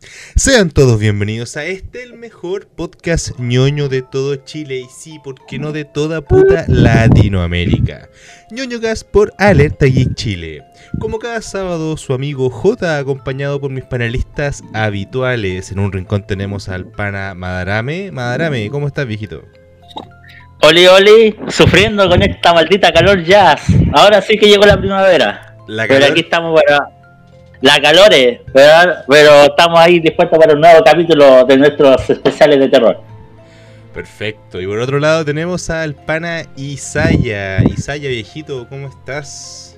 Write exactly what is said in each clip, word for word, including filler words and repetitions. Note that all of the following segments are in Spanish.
Sean todos bienvenidos a este, el mejor podcast ñoño de todo Chile y sí, ¿por qué no de toda puta Latinoamérica? ñoñocast por Alerta Geek Chile. Como cada sábado, su amigo J, acompañado por mis panelistas habituales. En un rincón tenemos al pana Madarame. Madarame, ¿cómo estás, viejito? Oli, oli, sufriendo con esta maldita calor ya. Ahora sí que llegó la primavera. ¿La pero calor? aquí estamos para... La calor es, pero, pero estamos ahí dispuestos para un nuevo capítulo de nuestros especiales de terror. Perfecto. Y por otro lado tenemos al pana Isaya. Isaya, viejito, ¿cómo estás?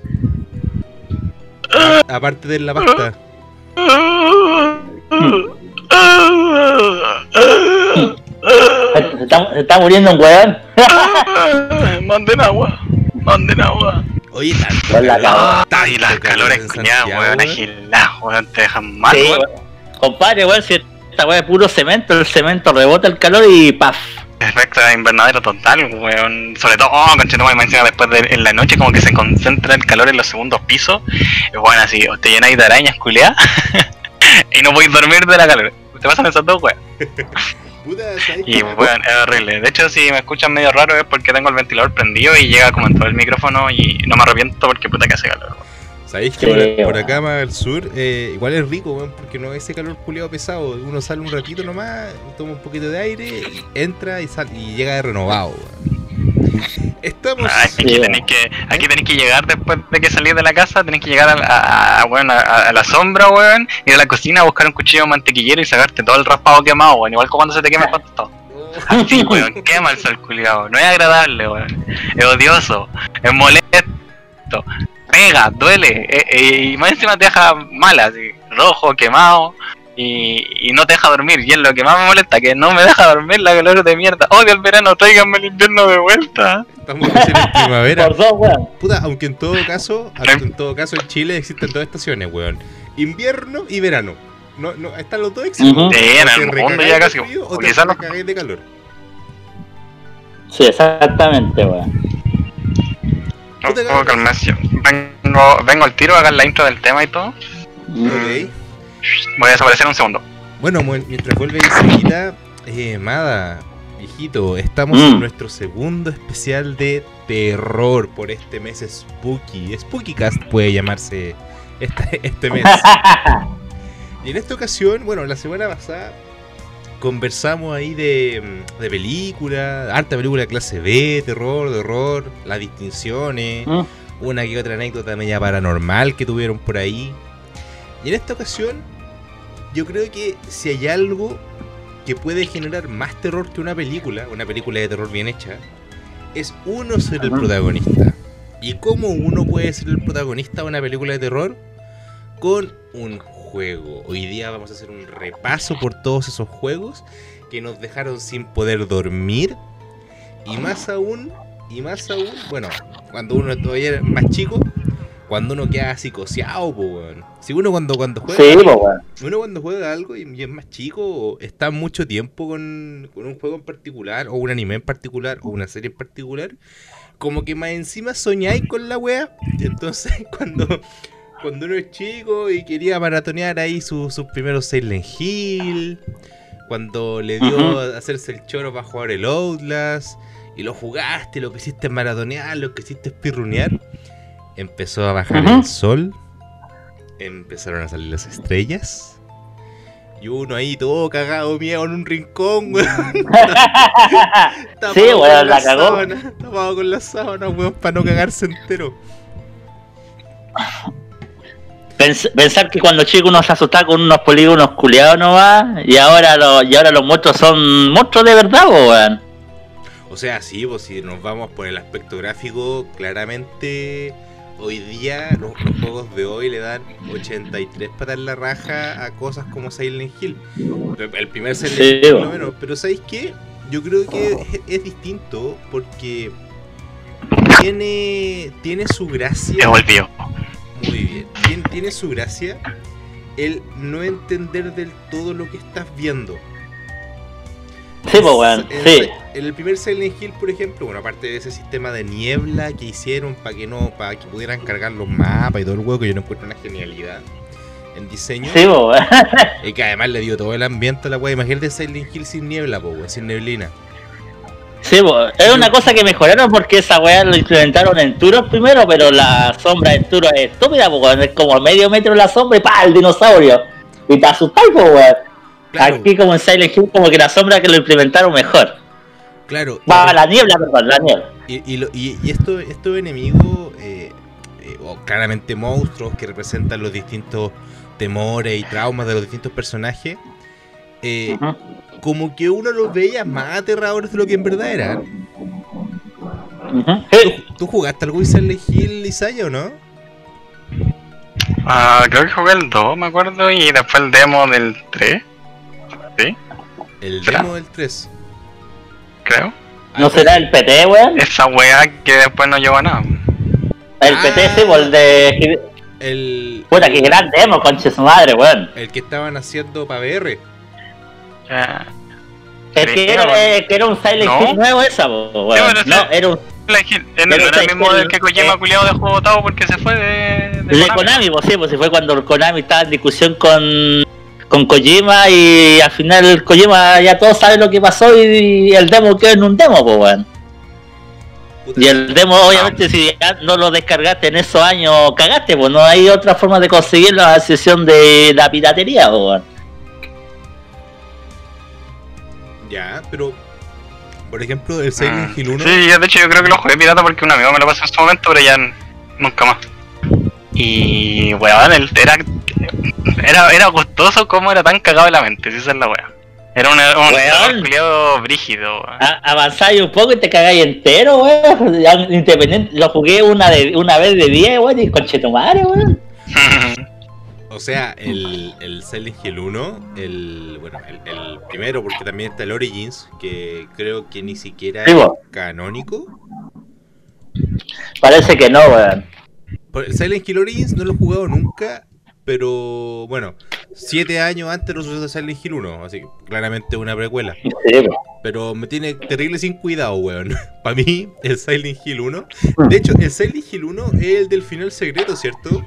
A- aparte de la pasta. ¿Se está, se está muriendo un weón? Manden agua, manden agua. Oye, tanto Con la calor, calor. Ay, las tanto calor calores en cuñadas, Santiago, weón, weón. agiladas, weón, te dejan mal, Sí, weón. weón. Compadre, weón, si esta weá es puro cemento, el cemento rebota el calor y paf. Efecto de invernadero total, weón. Sobre todo, oh, conchetumare, me encima después de en la noche como que se concentra el calor en los segundos pisos. Y bueno, así, o te llenáis de arañas culiadas y no podéis dormir de la calor. Te pasan esas dos, weón. Puta, ¿sabes Y qué? weón, es horrible. De hecho, si me escuchan medio raro es porque tengo el ventilador prendido y llega como en todo el micrófono y no me arrepiento porque puta que hace calor, weón. ¿Sabéis que Sí, por, por weón. acá más al sur, eh, igual es rico, weón, porque no es ese calor culiado pesado. Uno sale un ratito nomás, toma un poquito de aire, y entra y sale y llega de renovado, weón. Estamos. Ah, aquí Sí, tenéis que aquí tenéis que llegar después de que salís de la casa, tenéis que llegar a, a, a, weón, a, a la sombra, weón, ir a la cocina a buscar un cuchillo mantequillero y sacarte todo el raspado quemado, weón, igual que cuando se te quema el pan tostado. Así, weón, quema el sol culiado, no es agradable, weón, es odioso, es molesto, pega, duele, eh, eh, y más encima te deja mala, así, rojo, quemado. Y, y no te deja dormir, y es lo que más me molesta, que no me deja dormir la calor de mierda. Odio el verano, tráiganme el invierno de vuelta. Estamos recién en primavera. Por dos, weón. Puta, aunque en todo caso, aunque en todo caso en Chile existen dos estaciones, weón. Invierno y verano. No, no, están los dos extremos. Ujú. Sí, en O el te mundo recagáis ya de casi, frío o o te quizás no. recagáis de calor. Sí, exactamente, weón. No Puta, puedo cabrón. calmarse. Vengo, vengo al tiro a hacer la intro del tema y todo. Mm. Ok. Voy a desaparecer un segundo. Bueno, mu- mientras vuelve Isaíta, eh, Mada, viejito, estamos Mm. en nuestro segundo especial de terror por este mes Spooky. Spookycast puede llamarse este, este mes. Y en esta ocasión, bueno, la semana pasada conversamos ahí de, de película, harta película de clase B, terror, de horror, las distinciones, Mm. una que otra anécdota media paranormal que tuvieron por ahí. Y en esta ocasión, yo creo que si hay algo que puede generar más terror que una película, una película de terror bien hecha, es uno ser el Ajá. protagonista. ¿Y cómo uno puede ser el protagonista de una película de terror? Con un juego. Hoy día vamos a hacer un repaso por todos esos juegos que nos dejaron sin poder dormir. Y más aún, y más aún, bueno, cuando uno todavía era más chico, cuando uno queda psicoseado, po, weón. Si uno cuando, cuando juega Sí, algo, po, weón. uno cuando juega algo y, y es más chico, o está mucho tiempo con, con un juego en particular, o un anime en particular, o una serie en particular, como que más encima soñáis con la wea. Y entonces cuando, cuando uno es chico y quería maratonear ahí su- sus primeros Silent Hill, cuando le dio Ujú. a hacerse el choro para jugar el Outlast, y lo jugaste, lo quisiste maratonear, lo quisiste espirrunear, empezó a bajar Ujú. el sol, empezaron a salir las estrellas, y uno ahí todo cagado miedo en un rincón, weón. Tapado Sí, con weón, la cagó. sábana, tapado con la sábana, weón, para no cagarse entero. Pens- pensar que cuando chico uno se asustaba con unos polígonos culiados nomás, y ahora, lo, y ahora los monstruos son monstruos de verdad, po, weón. O sea, sí, pues si nos vamos por el aspecto gráfico, claramente hoy día los, los juegos de hoy le dan ochenta y tres patas en la raja a cosas como Silent Hill. El primer Silent Sí, Hill por lo bueno. menos, pero ¿sabéis qué? Yo creo que es, es distinto porque tiene, tiene su gracia. Me volvió. Muy bien. Tiene, tiene su gracia el no entender del todo lo que estás viendo. Sí, po, weón, En- sí. En el primer Silent Hill, por ejemplo, bueno, aparte de ese sistema de niebla que hicieron para que no, para que pudieran cargar los mapas y todo el juego, que yo no encuentro una genialidad. en diseño. Sí, po, weón. Y que además le dio todo el ambiente a la weá. Imagínate Silent Hill sin niebla, po, weón, sin neblina. Sí, po, es una cosa que mejoraron porque esa weá lo implementaron en Turok primero, pero la sombra en Turok es estúpida, po, weón. Es como medio metro la sombra y ¡pa! El dinosaurio. Y te asustáis, po, weón. Claro. Aquí como en Silent Hill como que la sombra que lo implementaron mejor. Claro. Va, la niebla, perdón, la niebla. Y, y, lo, y, y esto, estos enemigos, eh, eh, o claramente monstruos que representan los distintos temores y traumas de los distintos personajes, eh, Uh-huh. como que uno los veía más aterradores de lo que en verdad eran. Uh-huh. Sí. ¿Tú jugaste algo de Silent Hill, Isaya, o no? Ah, creo que jugué el dos, me acuerdo, y después el demo del tres. ¿Sí? El ¿Será? demo del tres. Creo. ¿No será el P T, weón? Esa wea que después no llegó a nada. El Ah. P T, sí, pues el de... El, Puta, qué gran demo, conche su madre, weón. el que estaban haciendo para V R. Ya. Es Sí, que era, bueno. eh, que era un Silent No. Hill nuevo esa, po, weón. pero No, ese- era un... Silent Hill, eh, no Pero era el ese- mismo el- del que Kojima eh, culiado dejó botado porque se fue de, De Konami, pues sí, pues si fue cuando Konami estaba en discusión con, con Kojima y al final Kojima ya todos saben lo que pasó y, y el demo quedó en un demo, pues weón. Puta, Y el demo obviamente si ya no lo descargaste en esos años, cagaste, pues no hay otra forma de conseguir la sesión de la piratería, pues weón. Ya, pero por ejemplo, el Silent Mm. Hill uno. Sí, de hecho yo creo que lo jugué pirata porque un amigo me lo pasó en su momento, pero ya n- nunca más. Y weón, el, era, era era costoso como era tan cagado en la mente, si esa es la wea. Era un, un Weón. culiado brígido, weón. A- Avanzáis un poco y te cagáis entero, weón. Ya, Independiente, lo jugué una de una vez de diez, weón, y conchetumare, weón. O sea, el, el Silent Hill uno, el bueno, el, el primero, porque también está el Origins, que creo que ni siquiera Sí, es bo. canónico. Parece que no, weón. Por- El Silent Hill Origins no lo he jugado nunca, pero bueno, siete años antes de los sucesos de Silent Hill uno, así que claramente una precuela. Sí, weón. Pero me tiene terrible sin cuidado, weón. Para mí, el Silent Hill uno. De hecho, el Silent Hill uno es el del final secreto, ¿cierto?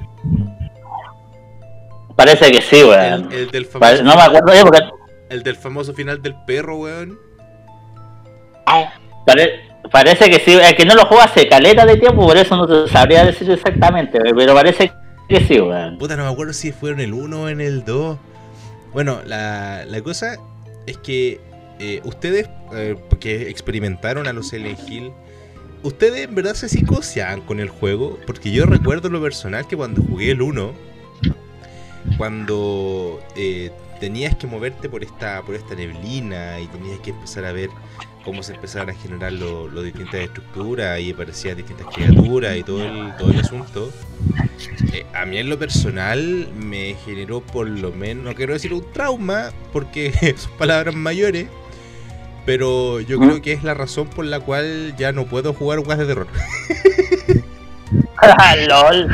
Parece que sí, weón. El, el del Pare- famoso, No me acuerdo bien porque el del famoso final del perro, weón. Au. pare- parece que sí, es que no lo juego hace caleta de tiempo, por eso no te sabría decir exactamente, pero parece que sí, weón. Puta, no me acuerdo si fue en el uno o en el dos. Bueno, la, la cosa es que eh, ustedes, eh, que experimentaron a los Silent Hill, ¿ustedes en verdad se psicoseaban con el juego? Porque yo recuerdo en lo personal que cuando jugué el uno, cuando eh, tenías que moverte por esta por esta neblina y tenías que empezar a ver cómo se empezaban a generar lo- las distintas estructuras y aparecían distintas criaturas y todo el, todo el asunto, eh, a mí en lo personal me generó por lo menos, no quiero decir un trauma, porque son palabras mayores, pero yo creo que es la razón por la cual ya no puedo jugar juegos de terror. LOL.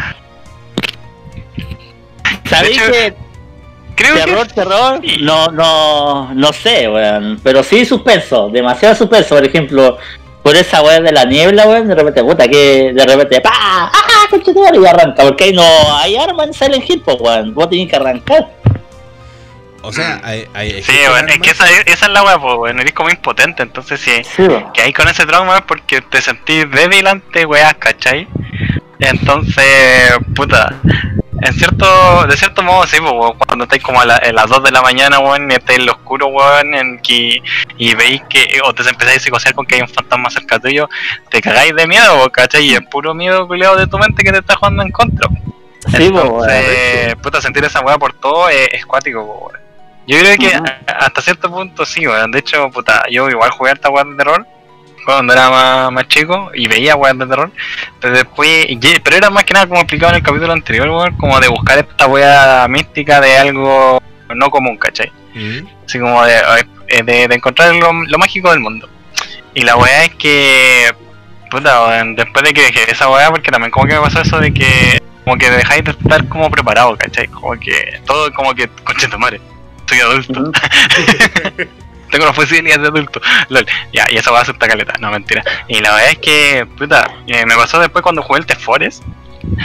¿Sabéis De hecho, que Creo terror, que terror? sí. No, no, no sé, weón. Pero sí suspenso, demasiado suspenso. Por ejemplo, por esa weón de la niebla, weón, de repente, puta, que de repente, ¡pa! ¡Ah! Conchetumare, y arranca. Porque ahí no hay arma en Silent Hill, pues, weón. Vos tenés que arrancar. O sea, hay, hay, Sí, existen weón, es que armas- esa, esa es la weá, pues, weón, eres como impotente, entonces si Sí, weón. que hay con ese trauma es porque te sentís débil ante weas, ¿cachai? Entonces, puta, en cierto, de cierto modo sí, pues, weón, cuando estáis como a, la- a las dos de la mañana, weón, y estáis en lo oscuro, weón, en que, y veis que, o te empezáis a psicosear con que hay un fantasma cerca tuyo, te cagáis de miedo, weón, ¿cachai? Y es puro miedo culiado de tu mente que te está jugando en contra. Sí, pues, weón. Entonces, puta, sentir esa weá por todo es, es cuático, po, weón. Yo creo que Ujú. a- hasta cierto punto sí, weón. De hecho, puta, yo igual jugué harta weá de terror cuando era más, más chico y veía weá de terror. Pero después, y- pero era más que nada como explicado en el capítulo anterior, weón, como de buscar esta weá mística de algo no común, ¿cachai? ¿Mm? Así como de, eh, de, de encontrar lo, lo mágico del mundo. Y la weá es que, puta, weón, después de que dejé esa weá, porque también como que me pasó eso de que, como que dejáis de estar como preparado, ¿cachai? Como que, todo como que, concha de tu madre, soy adulto, Ujú. tengo las posibilidades de adulto, lol, ya, y esa weá asusta caleta, no, mentira. Y la verdad es que, puta, eh, me pasó después cuando jugué el The Forest,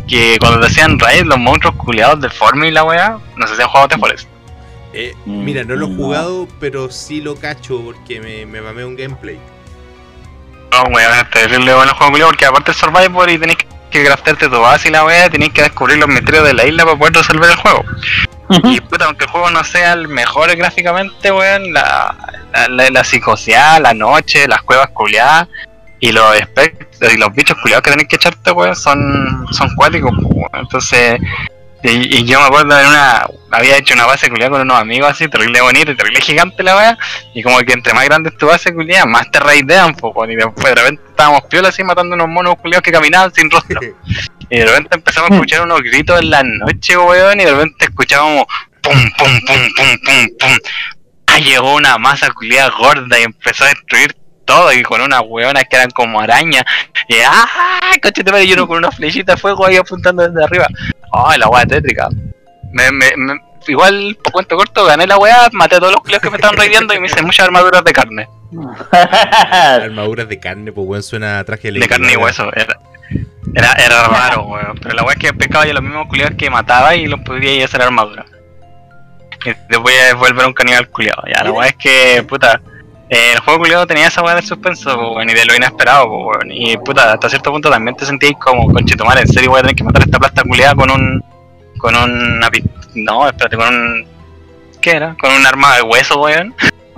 que cuando te hacían raid, los monstruos culiados del Form y la weá, no sé si han jugado The Forest. Eh, mira, no lo he jugado, pero sí lo cacho porque me, me mamé un gameplay. No, weón, es terrible bueno el juego culiado porque aparte es Survivor y tenés que craftarte tu base y la weá, tenés que descubrir los misterios de la isla para poder resolver el juego. Y puta, aunque el juego no sea el mejor gráficamente, weón, la, la, la, la psicosidad, la noche, las cuevas culiadas y los espectros y los bichos culiados que tenés que echarte, weón, son, son cuáticos, weón. Entonces, y, y yo me acuerdo en una, había hecho una base culiada con unos amigos así, terrible bonita y terrible gigante la weá, y como que entre más grande es tu base culiada, más te raidean, po, weón, y después de repente estábamos piola así matando unos monos culiados que caminaban sin rostro. Y de repente empezamos a escuchar unos gritos en la noche, weón, y de repente escuchábamos pum, pum, pum, pum, pum, pum. Ah, llegó una masa culiada gorda y empezó a destruir todo, y con unas weonas que eran como arañas. Y ¡ah! Coche te y uno con una flechita de fuego ahí apuntando desde arriba. ¡Oh, la weá tétrica! Me, me, me, igual, por cuento corto, gané la weá, maté a todos los culiados que me estaban raideando y me hice muchas armaduras de carne. Armaduras de carne, pues weón, suena a traje de De carne y hueso, era. Era, era raro, weón, pero la weá es que pescaba yo los mismos culiados que mataba y los podía hacer armadura. Y después ya volver a un caníbal culiado. Ya, la weá es que, puta, eh, el juego culiado tenía esa weá de suspenso, weón, y de lo inesperado, weón. Y puta, hasta cierto punto también te sentías como, conchetumar, en serio voy a tener que matar a esta plasta culiada con un. con un. No, espérate, con un. ¿Qué era? Con un arma de hueso, weón.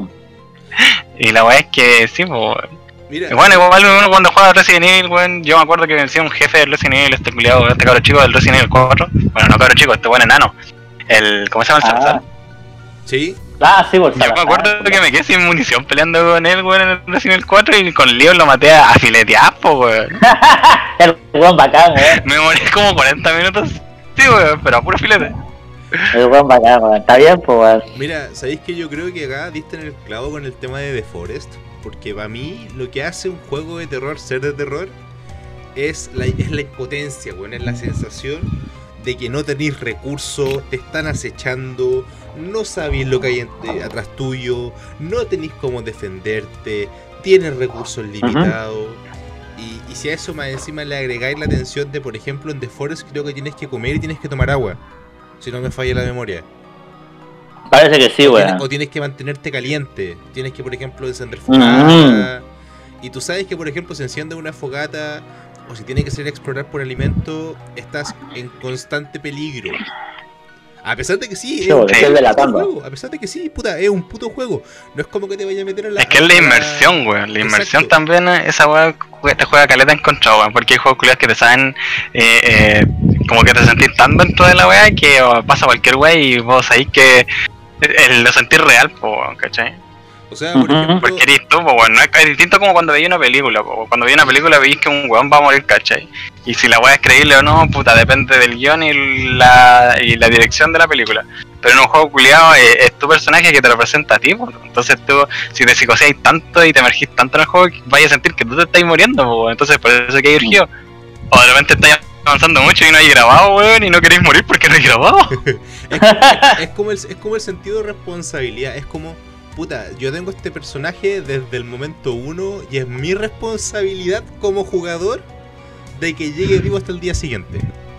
Y la weá es que, sí, weón. Mira, bueno, igual uno cuando juega Resident Evil, weón, yo me acuerdo que vencía un jefe del Resident Evil, este culiado, este cabro chico del Resident Evil cuatro. Bueno, no cabro chico, este buen enano. El, ¿cómo se llama el Ah. Salazar? sí. Ah, sí, por Yo me acuerdo que me quedé sin munición peleando con él, weón, en el Resident Evil cuatro y con Leon lo maté a, a filetear, po, weón. El weón bacán, weón. Me morí como cuarenta minutos, sí, weón, pero a puro filete. El weón bacán, weón. Está bien, pues, weón. Mira, ¿sabéis que yo creo que acá diste en el clavo con el tema de The Forest? Porque para mí lo que hace un juego de terror ser de terror es la, es la impotencia, weón, es la sensación de que no tenéis recursos, te están acechando, no sabéis lo que hay en- eh, atrás tuyo, no tenéis cómo defenderte, tienes recursos limitados. Y, y si a eso más encima le agregáis la tensión de, por ejemplo, en The Forest creo que tienes que comer y tienes que tomar agua, si no me falla la memoria. Parece que sí, O weón. tienes, o tienes que mantenerte caliente. Tienes que, por ejemplo, encender fogata. Y tú sabes que, por ejemplo, se enciende una fogata o si tienes que salir a explorar por alimento, estás en constante peligro. A pesar de que sí, Sí, es un porque estoy puto delatando. juego. A pesar de que sí, puta, es un puto juego. No es como que te vaya a meter en la... Es que es la a inmersión, weón. La inmersión Exacto. también, eh, esa weá jue- te juega caleta en contra, weón. Porque hay juegos culiados que te saben, eh, eh, como que te sentís tan dentro de la weá que oh, pasa cualquier weá y vos sabés que eh, eh, lo sentís real, po, weón, ¿cachai? O sea, por Ujú. ejemplo... Porque eres tú, po, weón. No es, es distinto como cuando veis una película, po. Cuando veis una película veis que un weón va a morir, ¿cachai? Y si la weá es creíble o no, puta, depende del guión y la, y la dirección de la película. Pero en un juego culiado eh, es tu personaje que te representa a ti, po. Entonces tú, si te psicoseas tanto y te emergís tanto en el juego, vayas a sentir que tú te estás muriendo, po. Entonces por eso que hay urgido. O de repente estás avanzando mucho y no hay grabado, weón, y no queréis morir porque no hay grabado. es, es como el, es como el sentido de responsabilidad. Es como, puta, yo tengo este personaje desde el momento uno y es mi responsabilidad como jugador de que llegue vivo hasta el día siguiente.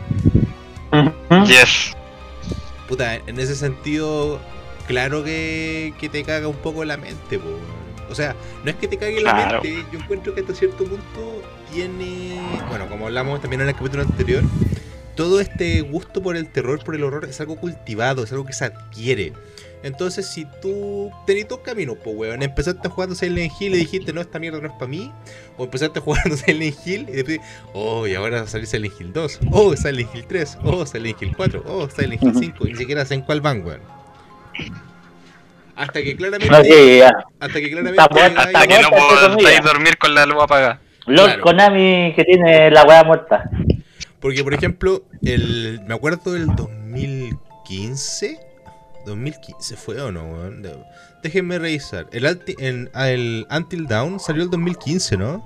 Ujú. Yes. Puta, en ese sentido, claro que, que te caga un poco la mente, po. O sea, no es que te cague la Claro. mente, yo encuentro que hasta cierto punto tiene, bueno, como hablamos también en el capítulo anterior, todo este gusto por el terror, por el horror, es algo cultivado, es algo que se adquiere. Entonces, si tú tenés dos caminos, pues, weón, empezaste jugando Silent Hill y dijiste, no, esta mierda no es para mí, o empezaste jugando Silent Hill y después, oh, y ahora va a salir Silent Hill dos, oh, Silent Hill tres, oh, Silent Hill cuatro, oh, Silent Hill cinco, y ni siquiera sé en cuál van, weón. Hasta que claramente, No, sí, ya. hasta que claramente Está muerta, llegáis- Hasta que no muerta, entre puedo comillas. dormir con la luz apagada. Lord Claro. Konami que tiene la weá muerta. Porque, por ejemplo, el, me acuerdo del dos mil quince. dos mil quince fue o no, weón. De- Déjenme revisar. El, alti- en- ah, el Until Dawn salió el dos mil quince, ¿no?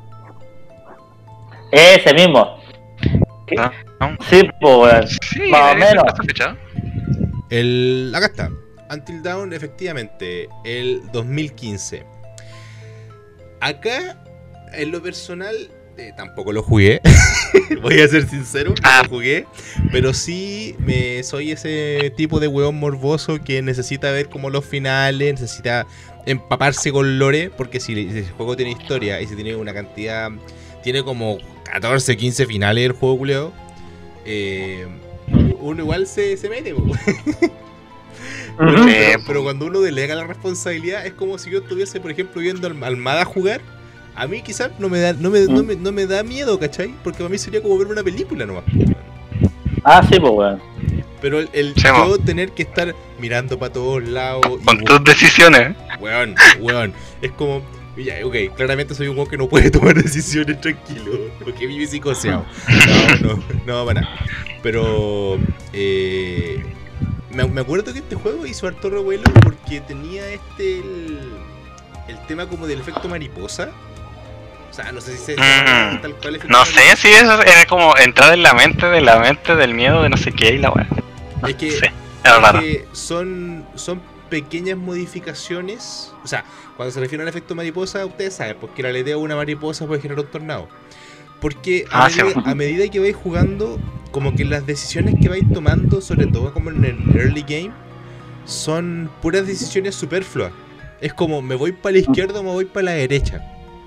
Ese mismo. ¿No? ¿No? Sí, pues, weón. Sí, Más o debe ser menos. esta fecha. El, acá está. Until Dawn, efectivamente, el dos mil quince. Acá, en lo personal, eh, tampoco lo jugué. Voy a ser sincero, no Ah. lo jugué. Pero sí me soy ese tipo de weón morboso que necesita ver como los finales, necesita empaparse con lore. Porque si, si el juego tiene historia y si tiene una cantidad, tiene como catorce, quince finales el juego culiao, eh, uno igual se, se mete, po. Pero, Ujú. pero- pero cuando uno delega la responsabilidad es como si yo estuviese, por ejemplo, viendo al Almada jugar. A mí quizás no me da no me, no me, no me da miedo, ¿cachai? Porque para mí sería como ver una película nomás, po, weón. Ah, sí, pues, weón. Pero el, el Sí, yo mo. tener que estar mirando para todos lados y Con bu- tus decisiones. weón, weón, es como ya, ok, claramente soy un weón que no puede tomar decisiones tranquilo, porque vive psicoseado. No, no, no, para nada. Pero eh, me, me acuerdo que este juego hizo harto revuelo porque tenía este el, el tema como del efecto mariposa. O sea, no sé si se llama Mm. tal cual efecto No sé mariposa. si eso es como entrar en la mente de la mente del miedo de no sé qué y la weá. Es que, Sí, es es raro. que son, son pequeñas modificaciones. O sea, cuando se refiere al efecto mariposa, ustedes saben, porque la aleteo de una mariposa puede generar un tornado. Porque a, Ah, sí. medida, a medida que vais jugando, como que las decisiones que vais tomando, sobre todo como en el early game, son puras decisiones superfluas. Es como, me voy para la izquierda o me voy para la derecha.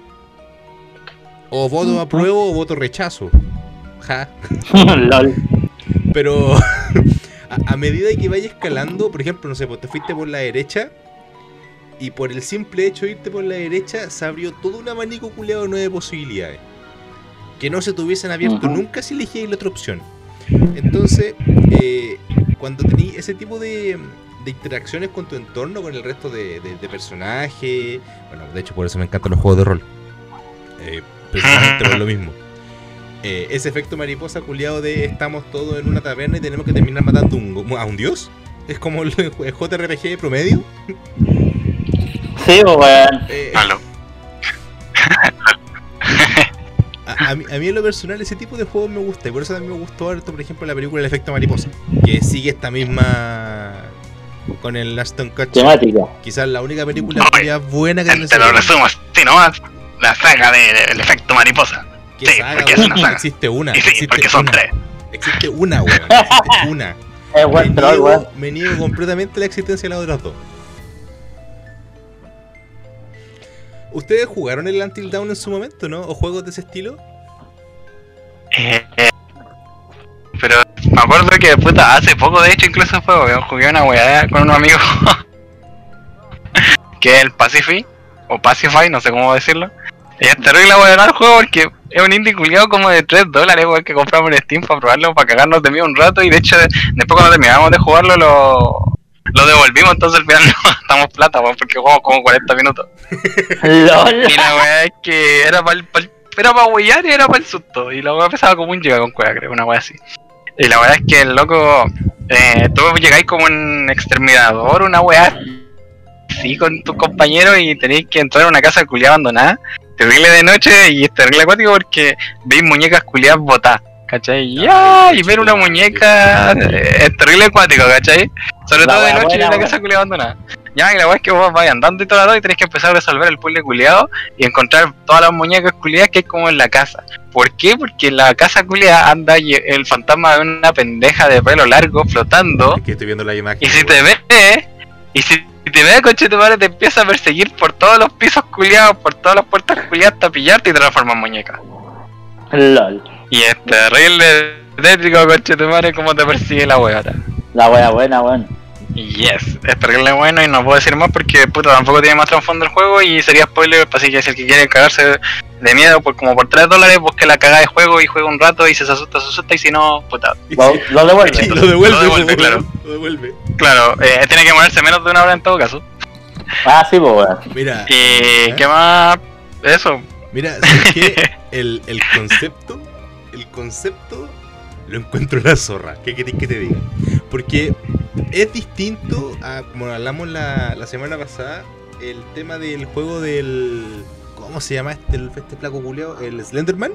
O voto apruebo o voto rechazo. Ja. LOL. Pero a, a medida que vayas escalando, por ejemplo, no sé, pues te fuiste por la derecha y por el simple hecho de irte por la derecha se abrió todo un abanico culeado de nueve posibilidades que no se te hubiesen abierto Ujú. nunca si elegías la otra opción. Entonces, eh, cuando tenías ese tipo de, de interacciones con tu entorno, con el resto de, de- de personajes, bueno, de hecho por eso me encantan los juegos de rol. Eh, precisamente por lo mismo. Eh, ese efecto mariposa culiado de estamos todos en una taberna y tenemos que terminar matando un- a un dios. Es como el, el J R P G promedio. Sí, pues, weón. Eh, Malo. a, a mí, a mí en lo personal ese tipo de juegos me gusta y por eso también me gustó harto, por ejemplo, la película El efecto mariposa, que sigue esta misma con el Aston Kutcher. Temática. Quizás la única película Oye, culiada buena que tiene Te ese lo juego. resumo así nomás. La saga del efecto mariposa. ¿Qué Sí, saga, porque es weón? una saga. Existe una. Y sí, existe porque son una. tres. Existe una, weón. Existe una. Es Me buen troll, weón. niego, me niego completamente la existencia de las otras dos. ¿Ustedes jugaron el Until Dawn en su momento, no? ¿O juegos de ese estilo? Eh, eh, pero me acuerdo que puta, hace poco de hecho incluso fue, weón, jugué una weá con unos amigos que es el Pacify o Pacify, no sé cómo decirlo. Y es terrible weón el juego porque es un indie culiado como de tres dólares weón que compramos en Steam para probarlo, para cagarnos de miedo un rato y de hecho de- después cuando terminamos de jugarlo lo, lo devolvimos, entonces al final no gastamos plata weón porque jugamos como cuarenta minutos. LOL. Y la weá es que era para era para huellar y era para el susto. Y la weá pesaba como un giga con cueva, creo, una weá así. Y la weá es que el loco, eh, tú llegáis como un exterminador, una weá así con tus compañeros y tenéis que entrar a una casa culiada abandonada, terrible de noche y es terrible acuático porque veis muñecas culiadas botadas, ¿cachai? Y, ya, y ver una muñeca eh, es terrible acuático, ¿cachai? Sobre La todo de weá noche en buena, una weón. casa culiada abandonada. Ya, y la weá es que vos vais andando y todo el rato y tenés que empezar a resolver el puzzle culiado y encontrar todas las muñecas culiadas que hay como en la casa. ¿Por qué? Porque en la casa culiada anda y- el fantasma de una pendeja de pelo largo flotando. Es que estoy viendo la imagen. Y si weón. te ve, y si te ve, coche tu madre, te empieza a perseguir por todos los pisos culiados, por todas las puertas culiadas hasta pillarte y te transforma en muñeca. LOL. Y es terrible, tétrico, coche tu madre, cómo te persigue la weá. La wea buena, weón. Yes, es terrible bueno y no puedo decir más porque puta tampoco tiene más trasfondo el juego y sería spoiler, así que si el que quiere cagarse de miedo por como por tres dólares busque la cagada de juego y juega un rato y si se asusta, se asusta y si no, puta. Lo, lo devuelve. Sí, lo devuelve, Lo devuelve, po, claro. weón, Lo devuelve. Claro, eh, tiene que moverse menos de una hora en todo caso. Ah, sí, pues, weón. Mira. Y ¿eh? qué más, eso. Mira, ¿sabes qué? El, el concepto, el concepto lo encuentro en la zorra. ¿Qué querés que te diga? Porque es distinto a, como hablamos la, la semana pasada, el tema del juego del... ¿Cómo se llama este, el, este flaco culeado? ¿El Slenderman?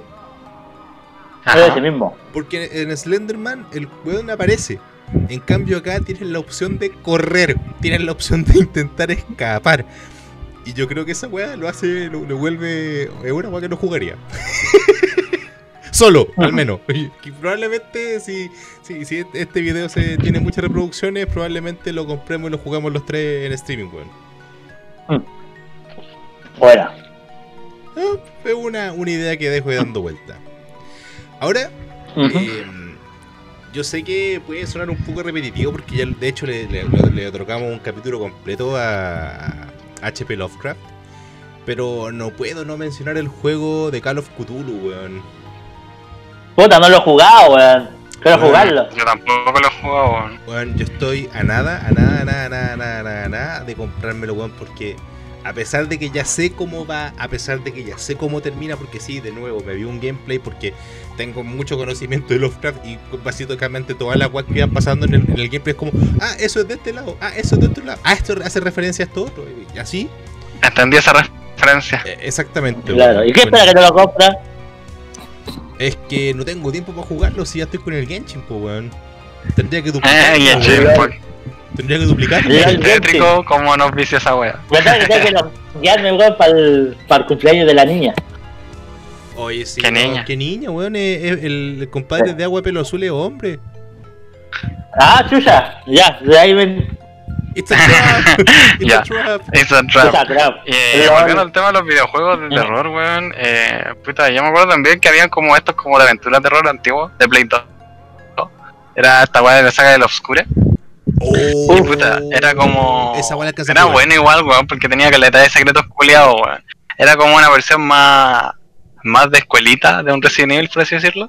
Es Ajá. ese mismo. Porque en Slenderman el weón aparece. En cambio acá tienes la opción de correr, tienes la opción de intentar escapar. Y yo creo que esa weá lo hace, lo, lo vuelve... Es una weá que no jugaría. Solo, al menos. Y probablemente si, si, si este video se tiene muchas reproducciones, probablemente lo compremos y lo jugamos los tres en streaming, weón. Mm. Bueno. No, es una, una idea que dejo dando vuelta. Ahora, Uh-huh. eh, yo sé que puede sonar un poco repetitivo porque ya de hecho le, le, le otorgamos un capítulo completo a H P Lovecraft, pero no puedo no mencionar el juego de Call of Cthulhu, weón. Puta, no lo he jugado, weón. Quiero Bueno, jugarlo. Yo tampoco lo he jugado, weón. Weón, yo estoy a nada, a nada, a nada, a nada, a nada, a nada, a nada de comprármelo, weón, porque a pesar de que ya sé cómo va, a pesar de que ya sé cómo termina, porque sí, de nuevo, me vi un gameplay porque tengo mucho conocimiento de Lovecraft y básicamente todas las weas que iban pasando en el, en el gameplay es como, ah, eso es de este lado, ah, eso es de otro lado, ah, esto hace referencia a esto otro, y así. Entendí esa referencia. Eh, exactamente. Claro. weón. ¿Y qué espera Bueno, que te lo compras? es que no tengo tiempo para jugarlo si ya estoy con el Genshin, pues, weón. Tendría que Eh, duplicarlo, y el weón. chip, pues. Tendría que duplicarlo. Ya, El tétrico, ¿cómo nos vicia esa wea? ¿Verdad que tengo que lo- guiarme, weón, para el, para el cumpleaños de la niña? Oye, sí, ¿Qué no, niña? qué niña, weón. Es, es el, el compadre de agua pelo azul es hombre. Ah, chucha. Ya, de ahí ven. It's a trap. It's Ya. a trap. It's a trap. Chucha, crap. Eh, Pero- volviendo al tema de los videojuegos de Mm. terror, weón, eh, puta, yo me acuerdo también que habían como estos como de aventura de terror antiguos, de Play dos. Era esta weá de la saga del Obscure. Oh, Y puta, era como... Esa weá la que se Era juega. bueno igual, weón, porque tenía caleta de secretos culiados, weón. Era como una versión más... más de escuelita de un Resident Evil, por así decirlo.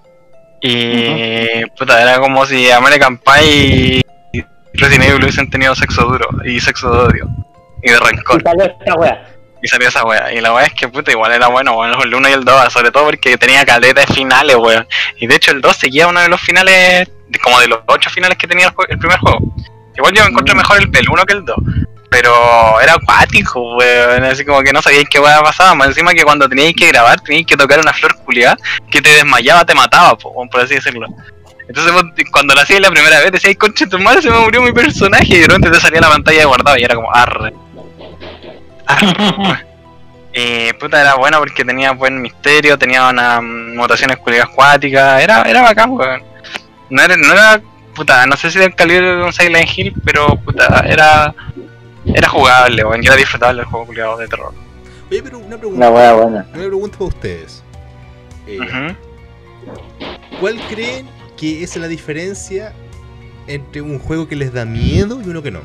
Y... puta, era como si American Pie y Resident Evil hubiesen tenido sexo duro y sexo de odio. Y de rencor. Y salió esta wea. Y salió esa wea. Y la wea es que puta igual era bueno, weón, el uno y el dos, sobre todo porque tenía caleta de finales, weón. Y de hecho el dos seguía uno de los finales, de- como de los ocho finales que tenía el, jue- el primer juego. Igual yo encontré Mm. mejor el, el uno que el dos. Pero era acuático, weón. Así como que no sabíais qué wea pasaba. Más encima que cuando teníais que grabar, teníais que tocar una flor culiada que te desmayaba, te mataba, po, weón, por así decirlo. Entonces vos, cuando lo hacías la primera vez decías, conche tu madre, se me murió mi personaje. Y de repente te salía la pantalla de guardado y era como, arre. Arre. Y puta, era bueno porque tenía buen misterio, tenía unas mm, mutaciones culiadas acuáticas, era, era bacán, weón. No era, no era, puta, no sé si del calibre de un Silent Hill, pero puta, era era jugable, weón, y era disfrutable el juego culiado de terror. Oye, pero una Una pregunta. wea buena. Una pregunta para ustedes. Eh, Ujú. ¿Cuál creen que es la diferencia entre un juego que les da miedo y uno que no?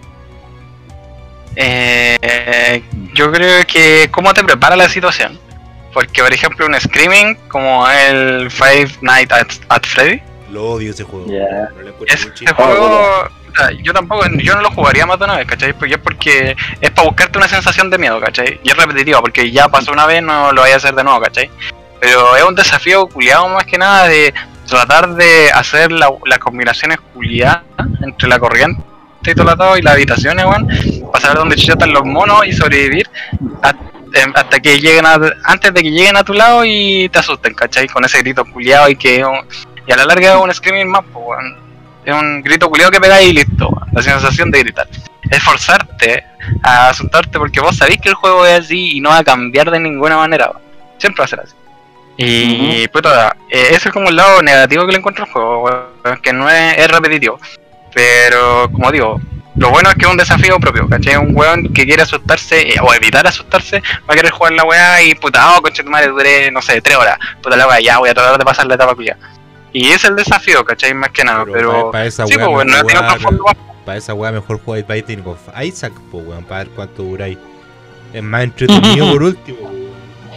Eh, yo creo que cómo te prepara la situación. Porque, por ejemplo, un Screaming como el Five Nights at, at Freddy, Lo odio ese juego. Ya. No le encuentro ese un chiste. juego, puta, yo tampoco, yo no lo jugaría más de una vez, ¿cachai? Porque es porque es para buscarte una sensación de miedo, ¿cachai? Y es repetitivo, porque ya pasó una vez, no lo vayas a hacer de nuevo, ¿cachai? Pero es un desafío culiado más que nada de tratar de hacer la- las combinaciones culiadas entre la corriente y todo lo y las habitaciones, weón, para saber dónde chuchatan los monos y sobrevivir a- em, hasta que lleguen a, antes de que lleguen a tu lado y te asusten, ¿cachai? Con ese grito culiado y que y a la larga es un screaming más, pues, weón. Es un grito culiado que pegáis y listo, weón. La sensación de gritar. Es forzarte a asustarte porque vos sabéis que el juego es así y no va a cambiar de ninguna manera, weón. Siempre va a ser así. Y puta, eh, ese es como el lado negativo que le encuentro al juego, weón, que no es, es repetitivo. Pero como digo, lo bueno es que es un desafío propio, ¿cachai? Un weón que quiere asustarse eh, o evitar asustarse, va a querer jugar la weá y puta, oh, concha tu madre, duré, no sé, tres horas. Puta la weá, ya voy a tratar de pasar la etapa cuya. Y ese es el desafío, ¿cachai? Más que nada, pero. para esa sí, weá pues bueno, no mejor tiene otro fondo jugar- más. para esa weá mejor jugáis Binding of Isaac, po, weón, para ver cuánto duráis. Es más entretenido por último, weón.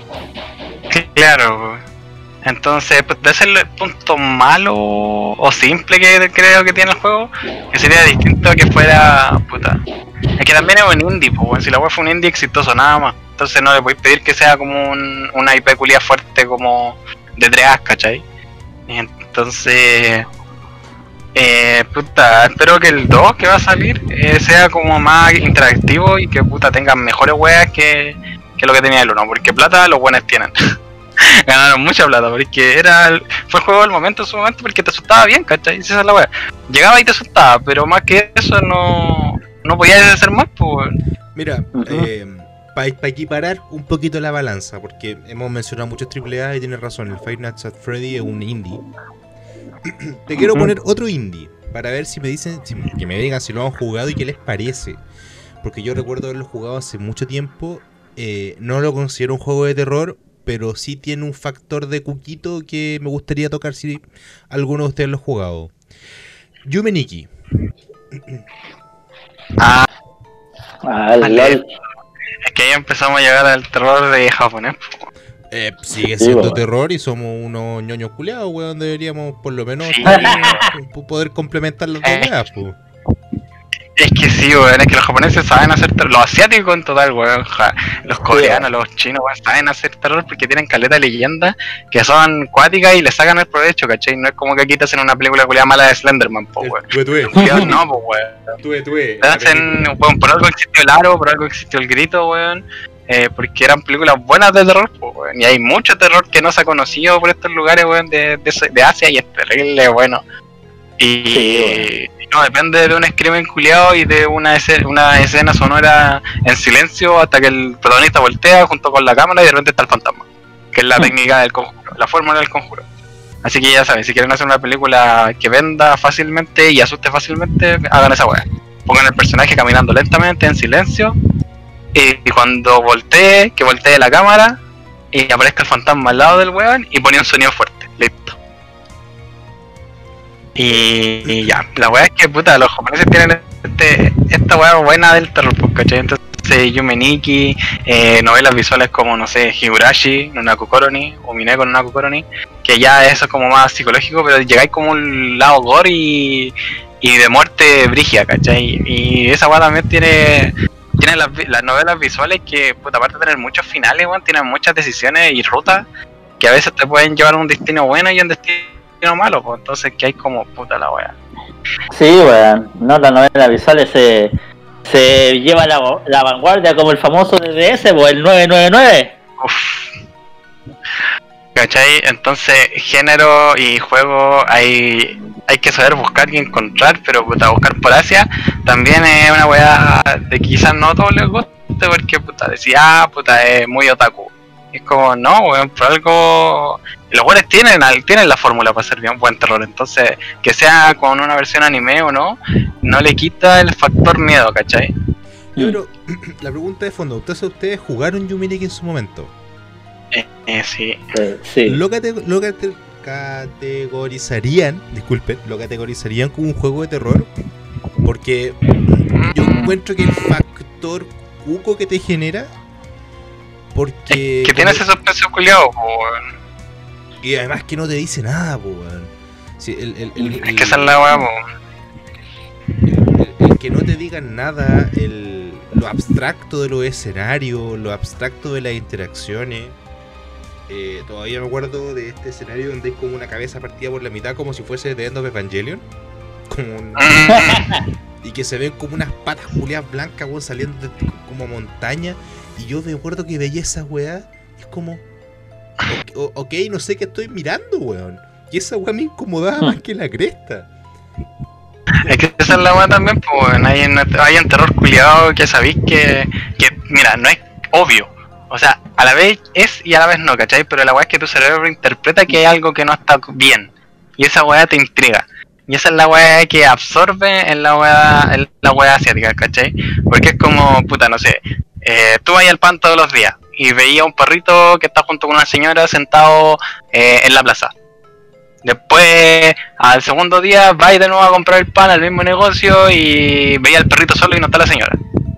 Claro, entonces, pues, ese es el punto malo o simple que creo que tiene el juego, que sería distinto a que fuera, puta. Es que también es un indie, pues, bueno, si la web fue un indie exitoso nada más, entonces no le podéis pedir que sea como un, una I P culia fuerte como de tres A, ¿cachai? Y entonces, eh, puta, espero que el dos que va a salir eh, sea como más interactivo y que puta tenga mejores weas que, que lo que tenía el uno, porque plata los buenos tienen. Ganaron mucha plata, porque era el- fue el juego del momento en su momento porque te asustaba bien, ¿cachai? Esa es la wea. Llegaba y te asustaba, pero más que eso no, no podías hacer más, pues. Mira, Ujú. eh, para equiparar un poquito la balanza, porque hemos mencionado muchos triple A y tienes razón, el Five Nights at Freddy es un indie. Te quiero poner otro indie para ver si me dicen, si, que me digan si lo han jugado y qué les parece, porque yo recuerdo haberlo jugado hace mucho tiempo. Eh, no lo considero un juego de terror, pero sí tiene un factor de cuquito que me gustaría tocar si alguno de ustedes lo ha jugado. Yume Nikki. Ah, Ah, el vale. LOL. Es que ahí empezamos a llegar al terror de japonés. Eh, sigue Sí, siendo weón. terror y somos unos ñoños culiados, weón. Deberíamos por lo menos Sí. eh, poder complementar las dos Eh. weas, po. Es que sí, weón, es que los japoneses saben hacer terror. Los asiáticos en total, weón. ja, Los coreanos, los chinos, weón, saben hacer terror porque tienen caleta de leyendas que son cuáticas y le sacan el provecho, ¿cachai? No es como que aquí te hacen una película culiada mala de Slenderman, po, weón. Tuve, tuve. Culiados no, po, weón. Tuve, tuve. Te hacen, weón, por algo existió el aro, por algo existió el grito, weón. Eh, porque eran películas buenas de terror, po, weón. Y hay mucho terror que no se ha conocido por estos lugares, weón, de, de, de Asia y es terrible, bueno. Y, Sí, y no depende de un screaming culiado y de una, escena, una escena sonora en silencio hasta que el protagonista voltea junto con la cámara y de repente está el fantasma. Que es la Hmm. técnica del conjuro, la fórmula del conjuro. Así que ya saben, si quieren hacer una película que venda fácilmente y asuste fácilmente, hagan esa weá. Pongan el personaje caminando lentamente, en silencio, y, y cuando voltee, que voltee la cámara y aparezca el fantasma al lado del weón y pone un sonido fuerte. Listo. Y, y ya, la weá es que puta, los japoneses tienen este, esta weá buena del terror, pues, ¿cachai? Entonces Yume Nikki, eh, novelas visuales como, no sé, Higurashi, Nunaku Koroni, o Mineko Nunaku Koroni, que ya eso es como más psicológico, pero llegáis como un lado gore y, y de muerte brígida, ¿cachai? Y esa weá también tiene, tiene las, vi- las novelas visuales que, puta, aparte de tener muchos finales, weón, tienen muchas decisiones y rutas que a veces te pueden llevar a un destino bueno y a un destino malo, pues entonces que hay como puta la wea. Sí, weón. No, las novelas visuales se, se lleva la, la vanguardia como el famoso D D S, pues el nueve nueve nueve. Uff. ¿Cachai? Entonces, género y juego hay hay que saber buscar y encontrar, pero puta, buscar por Asia también es una wea de que quizás no a todos les guste, porque puta, decía, ah, puta, es muy otaku. Y es como, no, weón, por algo. Los buenos tienen, al- tienen la fórmula para hacer bien buen terror, entonces que sea con una versión anime o no, no le quita el factor miedo, ¿cachai? Yo, pero, la pregunta de fondo, ¿ustedes, ustedes jugaron Yume Nikki en su momento? Eh, eh, sí. Eh, sí. ¿Lo, cate- lo cate- categorizarían, disculpen, lo categorizarían como un juego de terror? Porque yo encuentro que el factor cuco que te genera, porque... Que tiene ese suspenso culiado, weón. Y además que no te dice nada, po, weón. Sí, el, el, el, Es el- que esa es la weá, po. el- el que no te digan nada, el, lo abstracto de los escenarios, lo abstracto de las interacciones. Eh, todavía me acuerdo de este escenario donde hay como una cabeza partida por la mitad, como si fuese The End of Evangelion. Como un- y que se ven como unas patas culiadas blancas, weón, saliendo de como montaña. Y yo me acuerdo que veía esa weá, y es como, ok, o- ok, no sé qué estoy mirando, weón. Y esa weá me incomodaba más que la cresta. Es que esa es la weá también, pues, weón. Hay en, hay en terror culiado que sabéis que, que, mira, no es obvio. O sea, a la vez es y a la vez no, ¿cachai? Pero la weá es que tu cerebro interpreta que hay algo que no está bien. Y esa weá te intriga. Y esa es la weá que absorbe en la weá, en la weá asiática, ¿cachai? Porque es como, puta, no sé, eh, tú vas al pan todos los días y veías a un perrito que está junto con una señora sentado eh, en la plaza. Después, al segundo día, vais de nuevo a comprar el pan al mismo negocio y veía al perrito solo y no está la señora.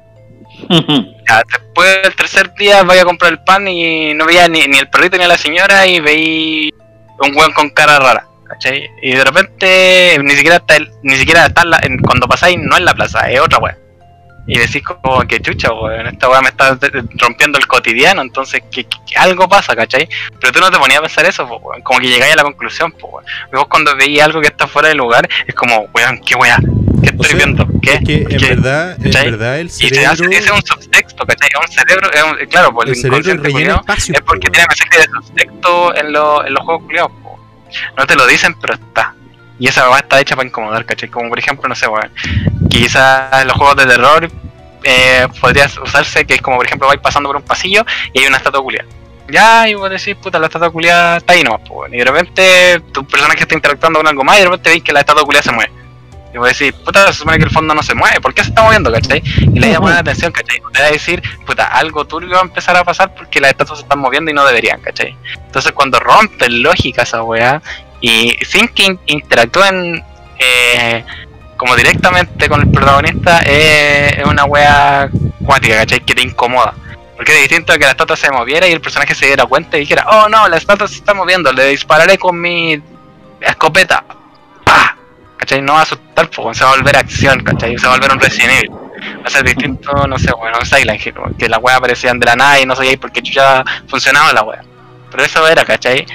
Ya, después, el tercer día, vais a comprar el pan y no veía ni, ni el perrito ni a la señora y veía un weón con cara rara, ¿cachai? Y de repente, ni siquiera está, el- ni siquiera está en la- en- cuando pasáis, no en la plaza, es otra weón. Y decís como que chucha, weón, esta weá me está de- de- rompiendo el cotidiano, entonces que, que- que algo pasa, ¿cachai? Pero tú no te ponías a pensar eso, po, weón, como que llegáis a la conclusión, po, weón. Y vos cuando veías algo que está fuera de lugar, es como, weón, qué weá, ¿qué estoy O sea, viendo? ¿Qué? Es que en ¿Qué? verdad, en ¿Cachai? verdad el Y se hace, cerebro, ese es un subtexto, ¿cachai? Es un cerebro, es un- claro, por el el cerebro inconsciente rellena culiao, espacios, es porque po, tiene mensaje de subtexto en, lo- en los juegos culiados, po. No te lo dicen, pero está. Y esa weá está hecha para incomodar, ¿cachai? Como por ejemplo, no sé, weón, quizás los juegos de terror eh, podría usarse, que es como por ejemplo vais pasando por un pasillo y hay una estatua culiada. Ya, y vos decís, puta, la estatua culiada está ahí nomás, pues, y de repente tu personaje está interactuando con algo más y de repente veis que la estatua culiada se mueve. Y vos decís, puta, se supone que el fondo no se mueve, ¿por qué se está moviendo, cachai? Y le llaman la atención, cachai. Te va a decir, puta, algo turbio va a empezar a pasar porque las estatuas se están moviendo y no deberían, cachai. Entonces cuando rompen lógica esa weá, y sin que in- interactúen eh, como directamente con el protagonista, eh, es una weá cuática, cachai, que te incomoda. Porque es distinto a que la estatua se moviera y el personaje se diera cuenta y dijera, oh no, la estatua se está moviendo, le dispararé con mi escopeta. ¡Pah! ¿Cachai? No va a asustar, pues, se va a volver acción, ¿cachai? Se va a volver un Resident Evil. Va a ser distinto, no sé, bueno, un Silent Hill, que las weas aparecían de la nada y no sabíais por qué ya funcionaba la wea. Pero eso era, ¿cachai?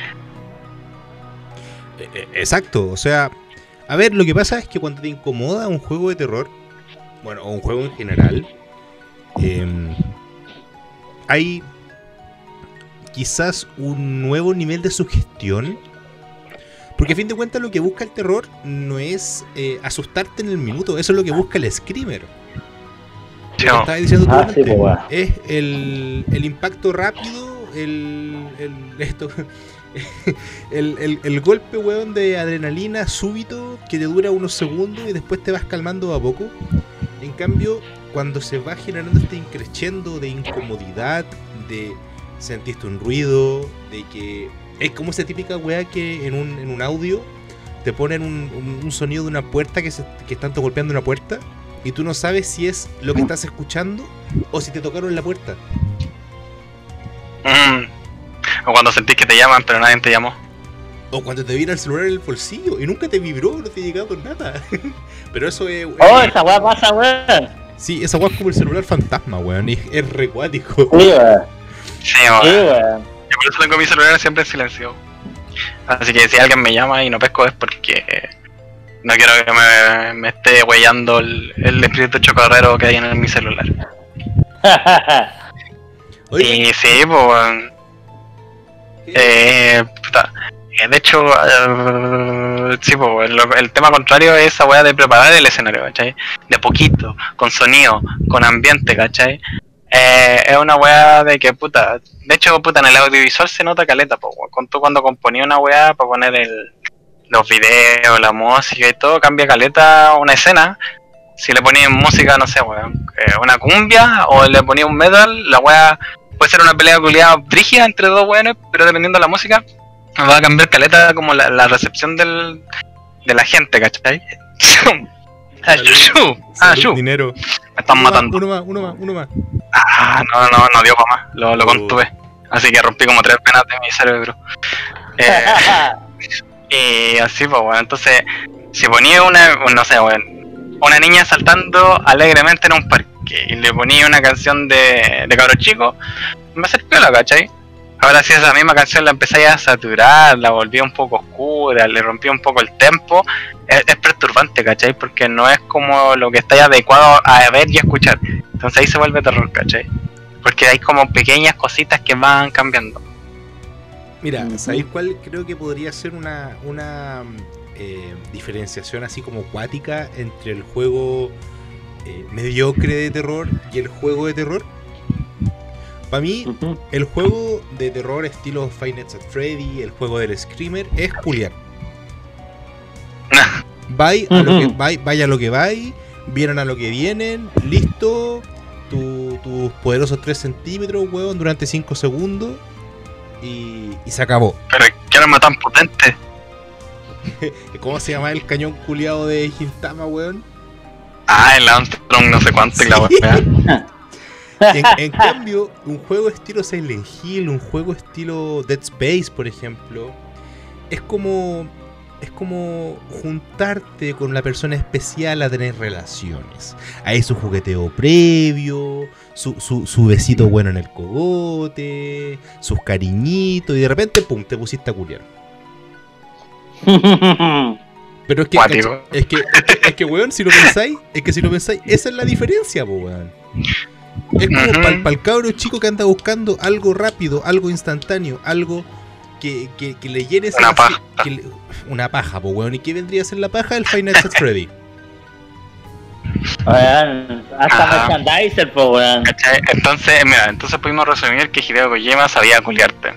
Exacto, o sea, a ver, lo que pasa es que cuando te incomoda un juego de terror, bueno, o un juego en general, eh, hay quizás un nuevo nivel de sugestión. Porque a fin de cuentas lo que busca el terror no es eh, asustarte en el minuto, eso es lo que busca el screamer. Sí, Lo que no. estaba diciendo tú Ah, antes, sí, pues, bueno. es el, el impacto rápido, el, el, esto, el, el, el golpe, weón, de adrenalina súbito que te dura unos segundos y después te vas calmando a poco. En cambio, cuando se va generando este increciendo de incomodidad, de sentiste un ruido, de que es como esa típica weá que en un, en un audio te ponen un, un, un sonido de una puerta que, se, que están golpeando una puerta y tú no sabes si es lo que estás escuchando o si te tocaron la puerta. Mm. O cuando sentís que te llaman pero nadie te llamó. O cuando te viene el celular en el bolsillo y nunca te vibró, no te ha llegado nada. Pero eso es... Oh, eh, esa weá pasa, weón. sí, esa weá es como el celular fantasma, weón. Es, es recuático. Sí, weón. Sí, Sí, weón. weón. Yo por eso tengo mi celular siempre en silencio. Así que si alguien me llama y no pesco es porque no quiero que me, me esté huellando el, el espíritu chocarrero que hay en mi celular. Oye, Y sí, pues, weón. Eh, puta. Eh, De hecho, eh, sí, pues, lo- el tema contrario es esa weá de preparar el escenario, ¿cachai? De poquito, con sonido, con ambiente, ¿cachai? Eh, es una weá de que, puta, de hecho, puta, en el audiovisual se nota caleta, pues, weón. Con tú cuando componía una weá para poner el, los videos, la música y todo, cambia caleta una escena. Si le ponías música, no sé, weón, eh, una cumbia o le ponía un metal, la weá puede ser una pelea culiada brígida entre dos weones, pero dependiendo de la música, va a cambiar caleta como la, la recepción del, de la gente, ¿cachai? Ah, Salud. shu, shu. Ah, salud, shu. dinero. Me están Uno más, matando. Uno más, uno más, uno más. Ah, no, no, no dio para más, lo, lo Oh. contuve. Así que rompí como tres venas de mi cerebro. Eh, y así, pues, bueno, entonces, si ponía una, no sé, bueno, una niña saltando alegremente en un parque y le ponía una canción de, de cabros chicos, me hace piola, ¿cachai? Ahora si esa misma canción la empezáis a saturar, la volvía un poco oscura, le rompía un poco el tempo, es, es perturbante, ¿cachai? Porque no es como lo que está adecuado a ver y escuchar. Entonces ahí se vuelve terror, ¿cachai? Porque hay como pequeñas cositas que van cambiando. Mira, Ujú. ¿sabéis cuál creo que podría ser una, una eh, diferenciación así como cuática entre el juego eh, mediocre de terror y el juego de terror? Para mí, Ujú. el juego de terror estilo Five Nights at Freddy, el juego del Screamer, es culiar. Vai a lo que Ujú. vai, vaya a lo que vai, vienen a lo que vienen, listo, tu- tus poderosos tres centímetros, huevón, durante cinco segundos y, y se acabó. Pero qué arma tan potente. ¿Cómo se llama el cañón culiado de Gintama, weón? Ah, el Armstrong no sé cuánto y la Sí. weá. En, en cambio, un juego estilo Silent Hill, un juego estilo Dead Space, por ejemplo, es como es como juntarte con una persona especial a tener relaciones. Hay su jugueteo previo, su, su, su besito bueno en el cogote, sus cariñitos, y de repente, pum, te pusiste a culiar. Pero es que, Cuático. es que, es que, es que, weón, si lo pensáis, es que si lo pensáis, esa es la diferencia, po, weón. Es como Ujú. para el cabro chico que anda buscando algo rápido, algo instantáneo, algo que, que, que le llene esa Una vacía- paja. que le- una paja, po, weón. ¿Y qué vendría a ser la paja? El Five Nights at Freddy. Weón, hasta Ajá. merchandiser, po, weón. ¿Cachai? Entonces, mira, entonces pudimos resumir que Hideo Kojima sabía culiarte.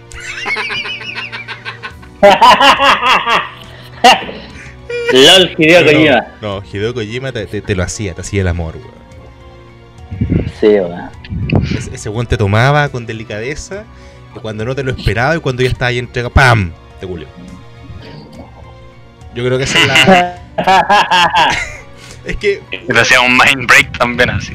LOL, Hideo Pero Kojima. No, no, Hideo Kojima te, te- te lo hacía, te hacía el amor, weón. Sí, weón. Ese, ese weón te tomaba con delicadeza, y cuando no te lo esperaba y cuando ya estaba ahí entrega, ¡pam! Te culió. Yo creo que esa es la. Es que. Y te hacía un mind break también así.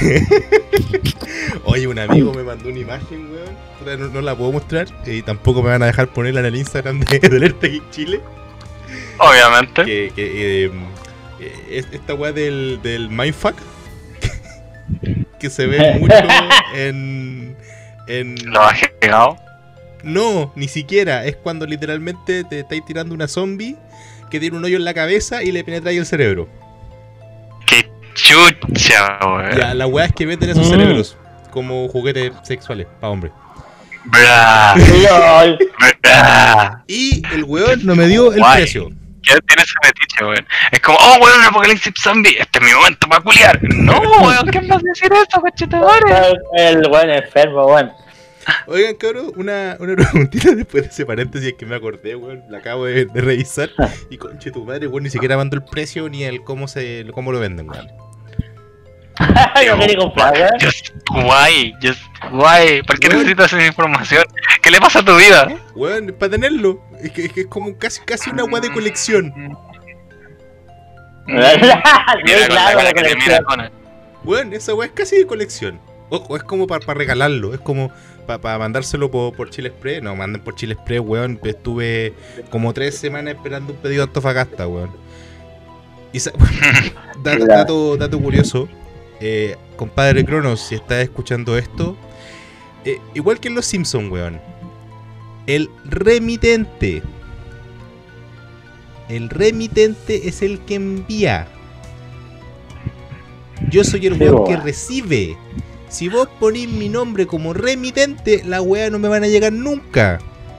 Oye, un amigo me mandó una imagen, weón. Puta, No, no la puedo mostrar. Y tampoco me van a dejar ponerla en el Instagram de, de Alerta Geek Chile. Obviamente. Que, que eh, eh, esta weá del, del Mindfuck. Que se ve mucho en. en Lo has llegado. No, ni siquiera. Es cuando literalmente te estáis tirando una zombie que tiene un hoyo en la cabeza y le penetráis el cerebro. Qué chucha, weón. Ya, la weá es que venden esos Mm. cerebros como juguetes sexuales para hombres. Bra, LOL. bra. Y el weón no me dio el Guay. precio. ¿Qué tiene ese fetiche, weón? Es como, oh, weón, un apocalipsis zombie. Este es mi momento para culiar. No, weón, ¿qué me vas a decir esto, cachetadores? El weón enfermo, weón. Oigan, cabrón, una, una preguntita después de ese paréntesis que me acordé, weón. La acabo de, de revisar. Y conche tu madre, weón, ni siquiera mando el precio ni el cómo se cómo lo venden, weón. No quería comprar, weón. Just guay, just guay. ¿Por qué Weón. necesitas esa información? ¿Qué le pasa a tu vida? Weón, para tenerlo. Es que, es que es como casi, casi una weá de colección. Mira Sí, con la claro, cara la que te colección. mira, Conan. Weón, esa weá es casi de colección. Ojo, es como para regalarlo. Es como para mandárselo por, por Chile Express. No, manden por Chile Express, weón. Estuve como tres semanas esperando un pedido de Antofagasta, weón. Y sa- dato, dato, dato curioso. Eh, compadre Cronos, si estás escuchando esto, eh, igual que en Los Simpsons, weón. El remitente. El remitente es el que envía. Yo soy el Sí, weón weón. que recibe. Si vos ponís mi nombre como remitente, la weá no me van a llegar nunca.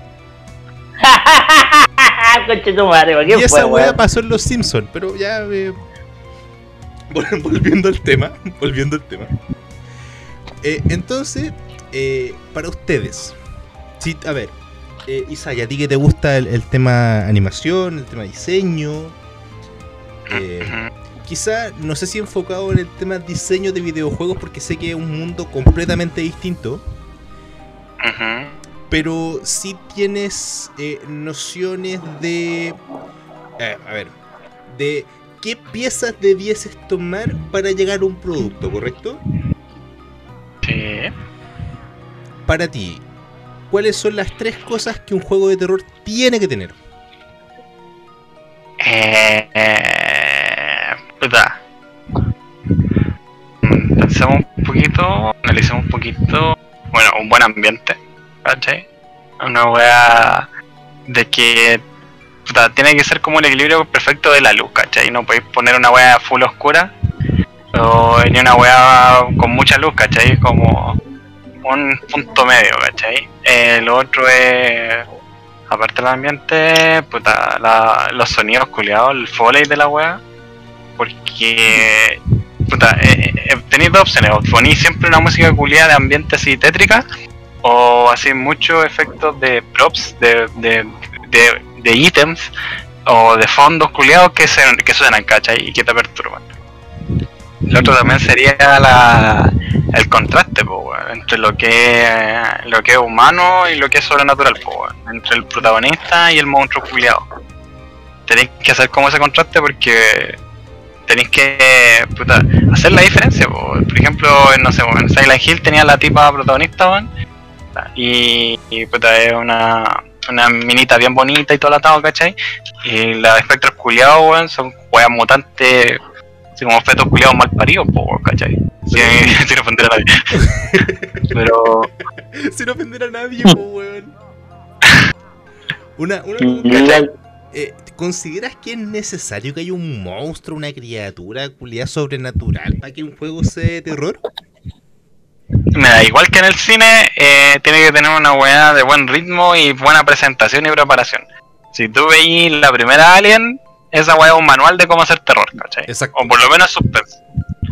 Conche tu madre, weón. Y ¿Quién fue, esa weá weón? pasó en Los Simpsons, pero ya eh, vol- volviendo al tema, volviendo al tema. Eh, entonces, eh, para ustedes, sí, a ver, eh, Isaya, a ti que te gusta el, el tema animación, el tema diseño, eh, quizá no sé si enfocado en el tema diseño de videojuegos porque sé que es un mundo completamente distinto. Ujú. Pero sí tienes eh, nociones de... eh, a ver, de qué piezas debieses tomar para llegar a un producto, ¿correcto? Sí. Para ti, ¿cuáles son las tres cosas que un juego de terror tiene que tener? Eh, eh, puta. Mm, Pensemos un poquito, analicemos un poquito. Bueno, un buen ambiente, ¿cachai? Una wea de que puta, tiene que ser como el equilibrio perfecto de la luz, ¿cachai? No podéis poner una wea full oscura o ni una wea con mucha luz, ¿cachai? Como un punto medio, ¿cachai? Eh, lo otro es, aparte del ambiente, puta, la, los sonidos culiados, el foley de la wea, porque puta, eh, eh, tenéis dos opciones, o ponéis siempre una música culiada de ambiente así tétrica, o así muchos efectos de props, de, de, de, de ítems, o de fondos culiados que, se, que suenan, ¿cachai? Y que te perturban. Lo otro también sería la, el contraste, po, weón, entre lo que, lo que es humano y lo que es sobrenatural, po, weón, entre el protagonista y el monstruo culiado. Tenéis que hacer como ese contraste porque tenéis que puta, hacer la diferencia, po. Por ejemplo, en, no sé, en Silent Hill tenía la tipa protagonista, weón, y, y puta, es una, una minita bien bonita y todo latado, ¿cachai? Y los espectros culiados, weón, son weas mutantes, así como fetos culiados mal paridos, po, ¿cachai? Sin, sin ofender a nadie. Pero Sin ofender a nadie, po, weón. Una, una pregunta, Igual, eh, ¿consideras que es necesario que haya un monstruo, una criatura culiada sobrenatural para que un juego sea de terror? mira, igual que en el cine, eh, tiene que tener una weá de buen ritmo y buena presentación y preparación. Si tú veís la primera Alien, esa weá es un manual de cómo hacer terror, ¿cachai? Exacto. O por lo menos suspense.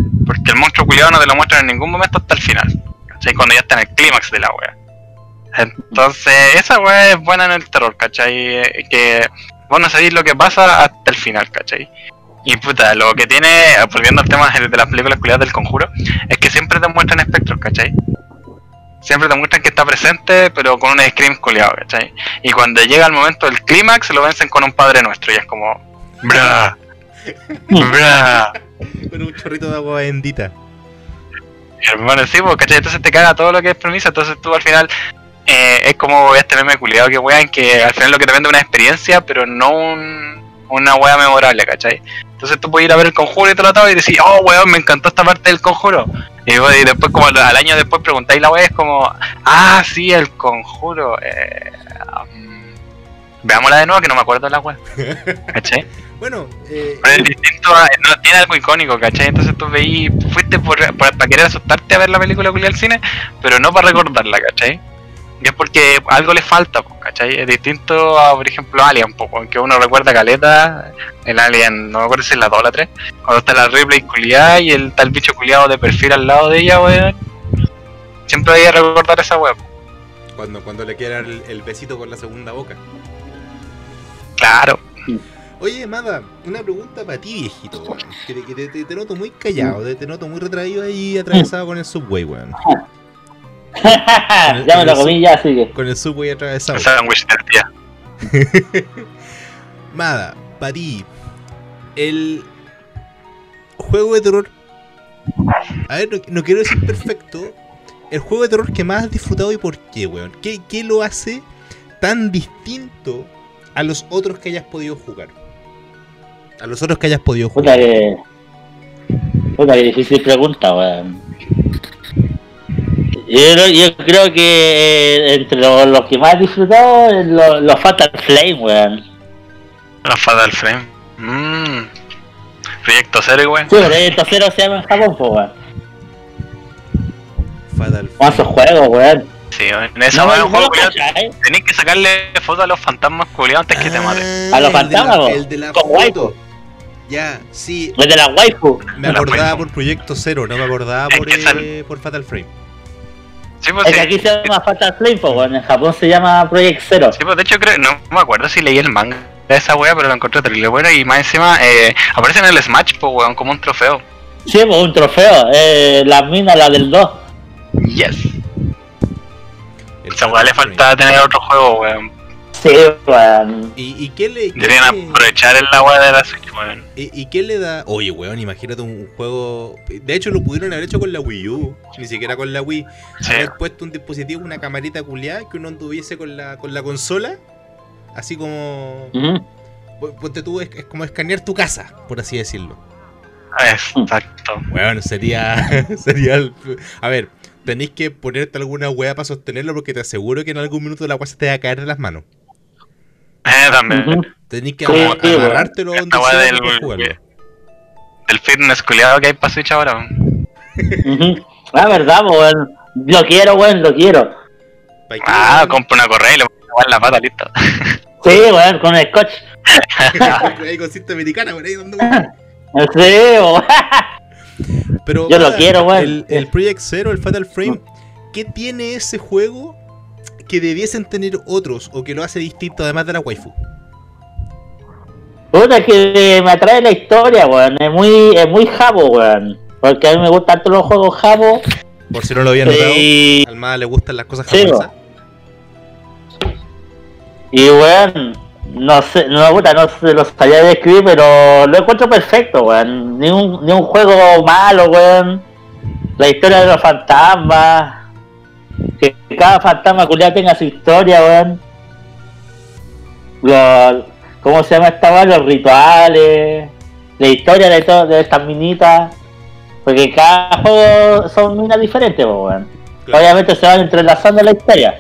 Porque el monstruo culiado no te lo muestran en ningún momento hasta el final, ¿cachai? Cuando ya está en el clímax de la wea. Entonces, esa wea es buena en el terror, ¿cachai? Que vos no sabéis lo que pasa hasta el final, ¿cachai? Y puta, lo que tiene, volviendo al tema de las películas culiadas del Conjuro, es que siempre te muestran espectros, ¿cachai? Siempre te muestran que está presente, pero con un scream culiado, ¿cachai? Y cuando llega el momento del clímax, lo vencen con un Padre Nuestro, y es como... ¡Bra! ¡Bra! Con un chorrito de agua bendita. Hermano, sí, pues, ¿cachai? Entonces te caga todo lo que es premisa, entonces tú al final... Eh, es como este meme culiado que wean, que al final lo que te vende es una experiencia, pero no un... una wea memorable, ¿cachai? Entonces tú puedes ir a ver el Conjuro y todo y decir, oh weón, me encantó esta parte del Conjuro. Y, y después como al, al año después preguntáis la wea, es como, ah, sí, el Conjuro. Eh, um, veámosla de nuevo, que no me acuerdo de la wea. ¿Cachai? Bueno, eh, pero es distinto, a, no tiene algo icónico, ¿cachai? Entonces tú veís, fuiste por, por, para querer asustarte a ver la película culiada al cine, pero no para recordarla, ¿cachai? Y es porque algo le falta, ¿cachai? Es distinto a, por ejemplo, Alien, po, aunque uno recuerda caleta, el Alien, no me acuerdo si es la dos o la tres, cuando está la Ripley culiada y el tal bicho culiado de perfil al lado de ella, weón. Siempre hay que recordar esa weón. Cuando, cuando le quiera el, el besito con la segunda boca. Claro. Oye, Mada, una pregunta para ti, viejito, weón. Que, te, que te, te, te noto muy callado, te, te noto muy retraído ahí atravesado con el subway, weón. Ya me lo comí ya, así que. Con el subway atravesado. El sándwich del día. Mada, para ti, el juego de terror. A ver, no, no quiero decir perfecto. El juego de terror que más has disfrutado y por qué, weón. ¿Qué, qué lo hace tan distinto a los otros que hayas podido jugar? A los otros que hayas podido Puta jugar. que. Puta que difícil pregunta, weón. Yo, yo creo que eh, entre los lo que más he disfrutado es los lo Fatal Flame, weón. La Fatal Frame. Mmm. Proyecto Cero, weón. Sí, pero el tercero se llama en Japón, pues, weón. Fatal Más esos juegos, weón. Sí, en esa No, weón, no, un juego no, culiao, ¿cachai? tenés que sacarle fotos a los fantasmas culiados antes que te maten. A los el de fantasmas, la- po. El de la Con foto. waifu. Ya, sí. El de la waifu. Me De la acordaba waifu. por Proyecto Cero, no me acordaba Es por, que sal- eh, por Fatal Frame. Sí, pues Es sí. que aquí se llama Fatal Flame, pues, weón. En Japón se llama Project Zero. Sí, pues de hecho creo, no me acuerdo si leí el manga de esa wea, pero lo encontré terrible bueno y más encima eh, aparece en el Smash, pues weón, como un trofeo. Sí, pues un trofeo. Eh, la mina, la del dos. Yes. El Esa weá le Fatal falta tener otro juego, weón. Sí, weón. ¿Y, y qué le qué Deberían le- aprovechar el agua de la Switch, weón. ¿Y, y qué le da? Oye, weón, imagínate un juego. De hecho, lo pudieron haber hecho con la Wii U, ni siquiera con la Wii. Sí. Haber puesto un dispositivo, una camarita culiada, que uno anduviese con la, con la consola. Así como. Ujú. pu- Ponte tú, es, es como escanear tu casa, por así decirlo. Exacto. Weón, sería. sería el- a ver, tenéis que ponerte alguna wea para sostenerlo, porque te aseguro que en algún minuto la wea se te va a caer de las manos. Eh, también. Ujú. Tenéis que Sí, agar- sí, weón. agarrártelo donde Esta weá sea del- para jugarlo. Del fitness culiado que hay para Switch ahora, weón. Ujú. La verdad, pues, weón. Lo quiero, weón, lo quiero. ¿Pa' qué, Ah, weón? compra una correa y le voy a jugar la pata, listo. Sí, weón, con el scotch. Ahí con cinta americana, por ahí dando vueltas. Sí, weón. Pero Yo lo nada, quiero, weón. El, el Project Zero, el Fatal Frame, ¿qué tiene ese juego que debiesen tener otros o que lo hace distinto además de la waifu? Puta, que me atrae la historia, weón. Es muy, es muy jabo, weón. Porque a mí me gustan todos los juegos jabo. Por si no lo habían notado, Y, al más le gustan las cosas Sí, japonesas. y weón, no sé, no me gusta, no se lo sabía describir, pero lo encuentro perfecto, weón. Ni un, ni un juego malo, weón. La historia de los fantasmas. Que cada fantasma culiado tenga su historia, weón. Los, ¿cómo se llama esta weón? Los rituales. La historia de, to- de estas minitas. Porque cada juego son minas diferentes, po, weón. Claro. Obviamente se van entrelazando la historia.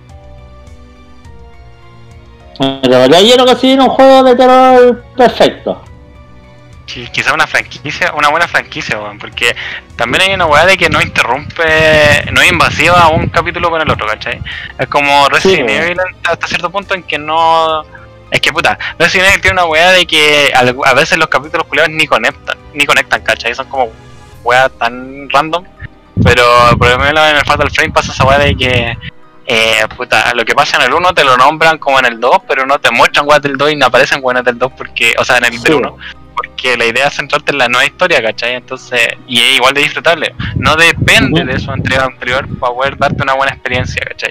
Pero yo lo considero un juego de terror perfecto. Qui- Quizá una franquicia, una buena franquicia, weón, porque también hay una weá de que no interrumpe, no es invasiva un capítulo con el otro, ¿cachai? Es como Resident Sí, weón. Evil hasta cierto punto en que no... Es que puta, Resident Evil tiene una weá de que al- a veces los capítulos culiados ni conectan, ni conectan, ¿cachai? Son como weas tan random. Pero por lo menos en el Fatal Frame pasa esa wea de que eh, puta, lo que pasa en el uno te lo nombran como en el dos, pero no te muestran weas del dos y no aparecen weas del dos porque, o sea, en el Sí. del uno, porque la idea es centrarte en la nueva historia, ¿cachai? Entonces, y es igual de disfrutable. No depende Ujú. de su entrega anterior para poder darte una buena experiencia, ¿cachai?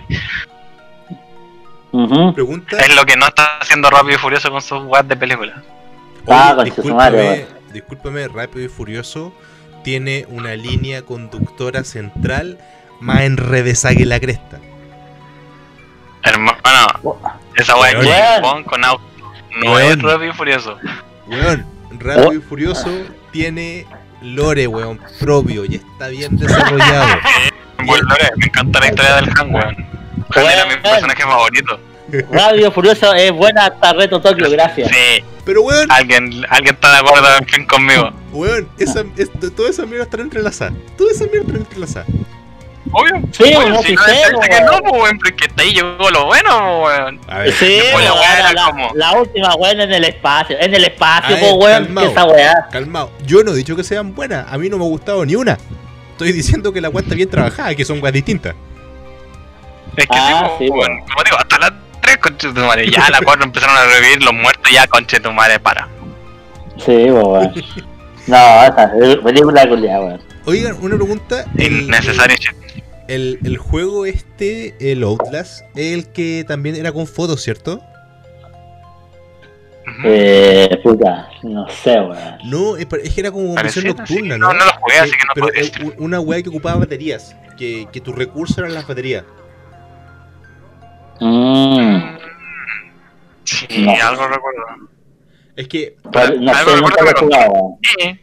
Ujú. Pregunta. Es lo que no está haciendo Rápido y Furioso con sus weas de película. Ah, Oye, concha su madre, discúlpame, discúlpame, Rápido y Furioso tiene una línea conductora central más enrevesada que la cresta. Hermano, esa wea es Weón. James Bond con auto. No Weón. es Rápido y Furioso. Weón, Rápido Oh. y Furioso tiene lore, weón, propio y está bien desarrollado. Buen lore, me encanta la historia del Han, weón. Han era mi Weón. personaje favorito. Rápido Furioso es buena hasta Reto Tokio, gracias. Sí, Pero weón, alguien, alguien está de acuerdo en fin conmigo. weón, esa, es, todas esas mierdas están entrelazadas. Todas esas mierdas están entrelazadas. Obvio. Sí, Weón, no, si sí no sé, es que weón. no, pues, weón, porque hasta ahí llegó lo bueno, pues, weón. A ver, Sí, después la weón, weá era la, como- la última weón en el espacio, en el espacio, A po ver, weón, calmao. que esa weá. calmado. Yo no he dicho que sean buenas, a mí no me ha gustado ni una. Estoy diciendo que la weá está bien trabajada, que son weas distintas. Es que Ah, sí, sí, pues, weón. Como digo, hasta las tres conchetumare. Ya a las cuatro empezaron a revivir los muertos, ya conchetumare para. Sí, po weón. No, esa es película culiada, weón. Oigan, una pregunta. El, Innecesario shit. el, el juego este, el Outlast, es el que también era con fotos, ¿cierto? Ujú. Eh, puta, no sé, weón. No, es, pa- es que era como visión Pareciera, nocturna, sí. ¿no? No, no lo jugué, así que no pero podría es decir. u- una weá que ocupaba baterías. Que, que tu recurso eran las baterías. Mmm. Sí, No. algo recuerdo. Es que, No Algo sé, nunca recuerdo lo he que jugado, weón. Sí.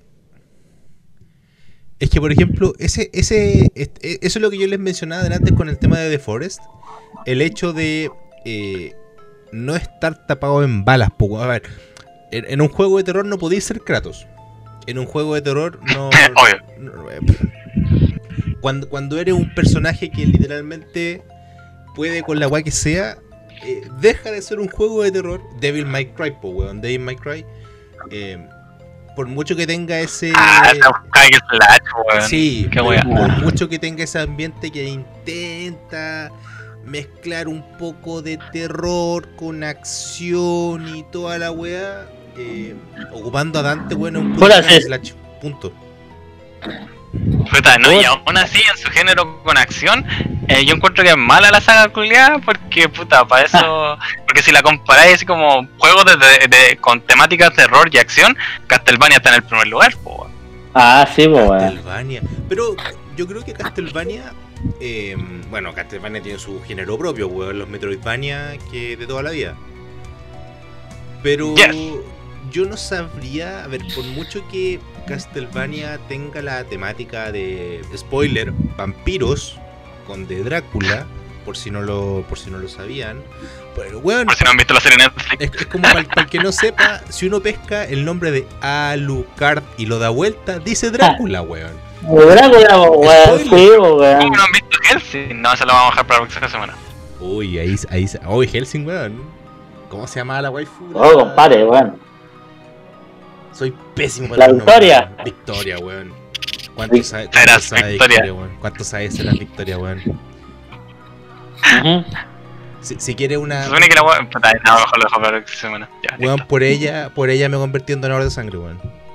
es que por ejemplo, ese, ese, este- eso es lo que yo les mencionaba antes con el tema de The Forest. El hecho de eh, no estar tapado en balas, poco. A ver, en, en un juego de terror no podéis ser Kratos. En un juego de terror no. Obvio. no- eh, cuando, cuando eres un personaje que literalmente puede con la weá que sea, eh, deja de ser un juego de terror. Devil May Cry, po, weón. Devil May Cry. eh, por mucho que tenga ese. Ah, esa Hack and Slash, weón. Sí, Qué por, wea. por mucho que tenga ese ambiente que intenta mezclar un poco de terror con acción y toda la weá, eh, ocupando a Dante, bueno, un Hola, hack and sí. slash, punto. Puta, no, y aún así en su género con acción, eh, yo encuentro que es mala la saga culiada porque puta, para eso, porque si la comparáis así como juegos de, de- de- con temáticas de terror y acción, Castlevania está en el primer lugar, po, weón. Ah, sí, po weón. Castlevania. Pero yo creo que Castlevania, eh, bueno, Castlevania tiene su género propio, weón, los Metroidvania que de toda la vida. Pero Yes. yo no sabría, a ver, por mucho que Castlevania tenga la temática de spoiler, vampiros con de Drácula, por si no lo, por si no lo sabían. Pero weón, Por si no han visto la serie Netflix. es, es como para el que no sepa, si uno pesca el nombre de Alucard y lo da vuelta, dice Drácula, weón. Drácula, po weón. Spoiler. Sí, po ¿Cómo weón. no han visto Hellsing? No, se lo vamos a dejar para la próxima semana. Uy, ahí, ahí, uy, Helsing, weón. ¿Cómo se llama la waifu? Oh, compadre, weón. Soy pésimo La los Victoria. nombres, weón. Victoria, weón. ¿Cuánto Vic- sabe, Serás cuánto sabe Victoria. Victoria, weón? ¿Cuánto sabe de la Victoria, weón? Ujú. Si, si quiere una... Se supone que la weón. Puta, no, mejor lo dejo para la próxima semana. Ya, Weón, listo. por ella, por ella me convertí en donador de sangre, weón.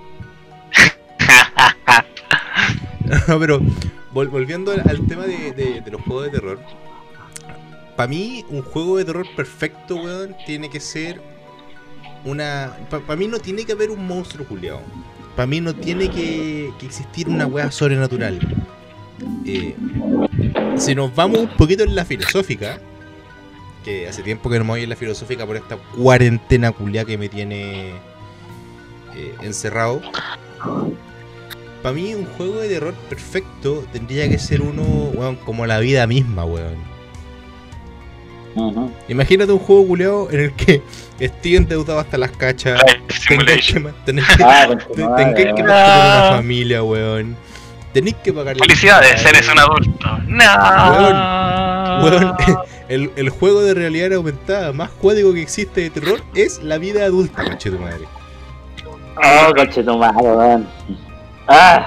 No, pero vol- volviendo al, al tema de, de- de los juegos de terror. Para mí, un juego de terror perfecto, weón, tiene que ser una... Para mí no tiene que haber un monstruo culiao. Para mí no tiene que, que existir una weá sobrenatural. Eh, si nos vamos un poquito en la filosófica, que hace tiempo que no me voy en la filosófica por esta cuarentena culiá que me tiene eh, encerrado. Para mí un juego de terror perfecto tendría que ser uno, weón, como la vida misma, weón. Ujú. Imagínate un juego culiao en el que estoy endeudado hasta las cachas, Life tengáis que, Simulation. ma- tenés que, Ah, con su te- madre, tengáis que weón. mantener una familia, weón. Tenéis que pagar la Felicidades, hipoteca, eres un weón. adulto. No. Weón, el, el juego de realidad aumentada más cuático que existe de terror es la vida adulta, coche tu madre. Oh, coche tu madre, weón. Ah,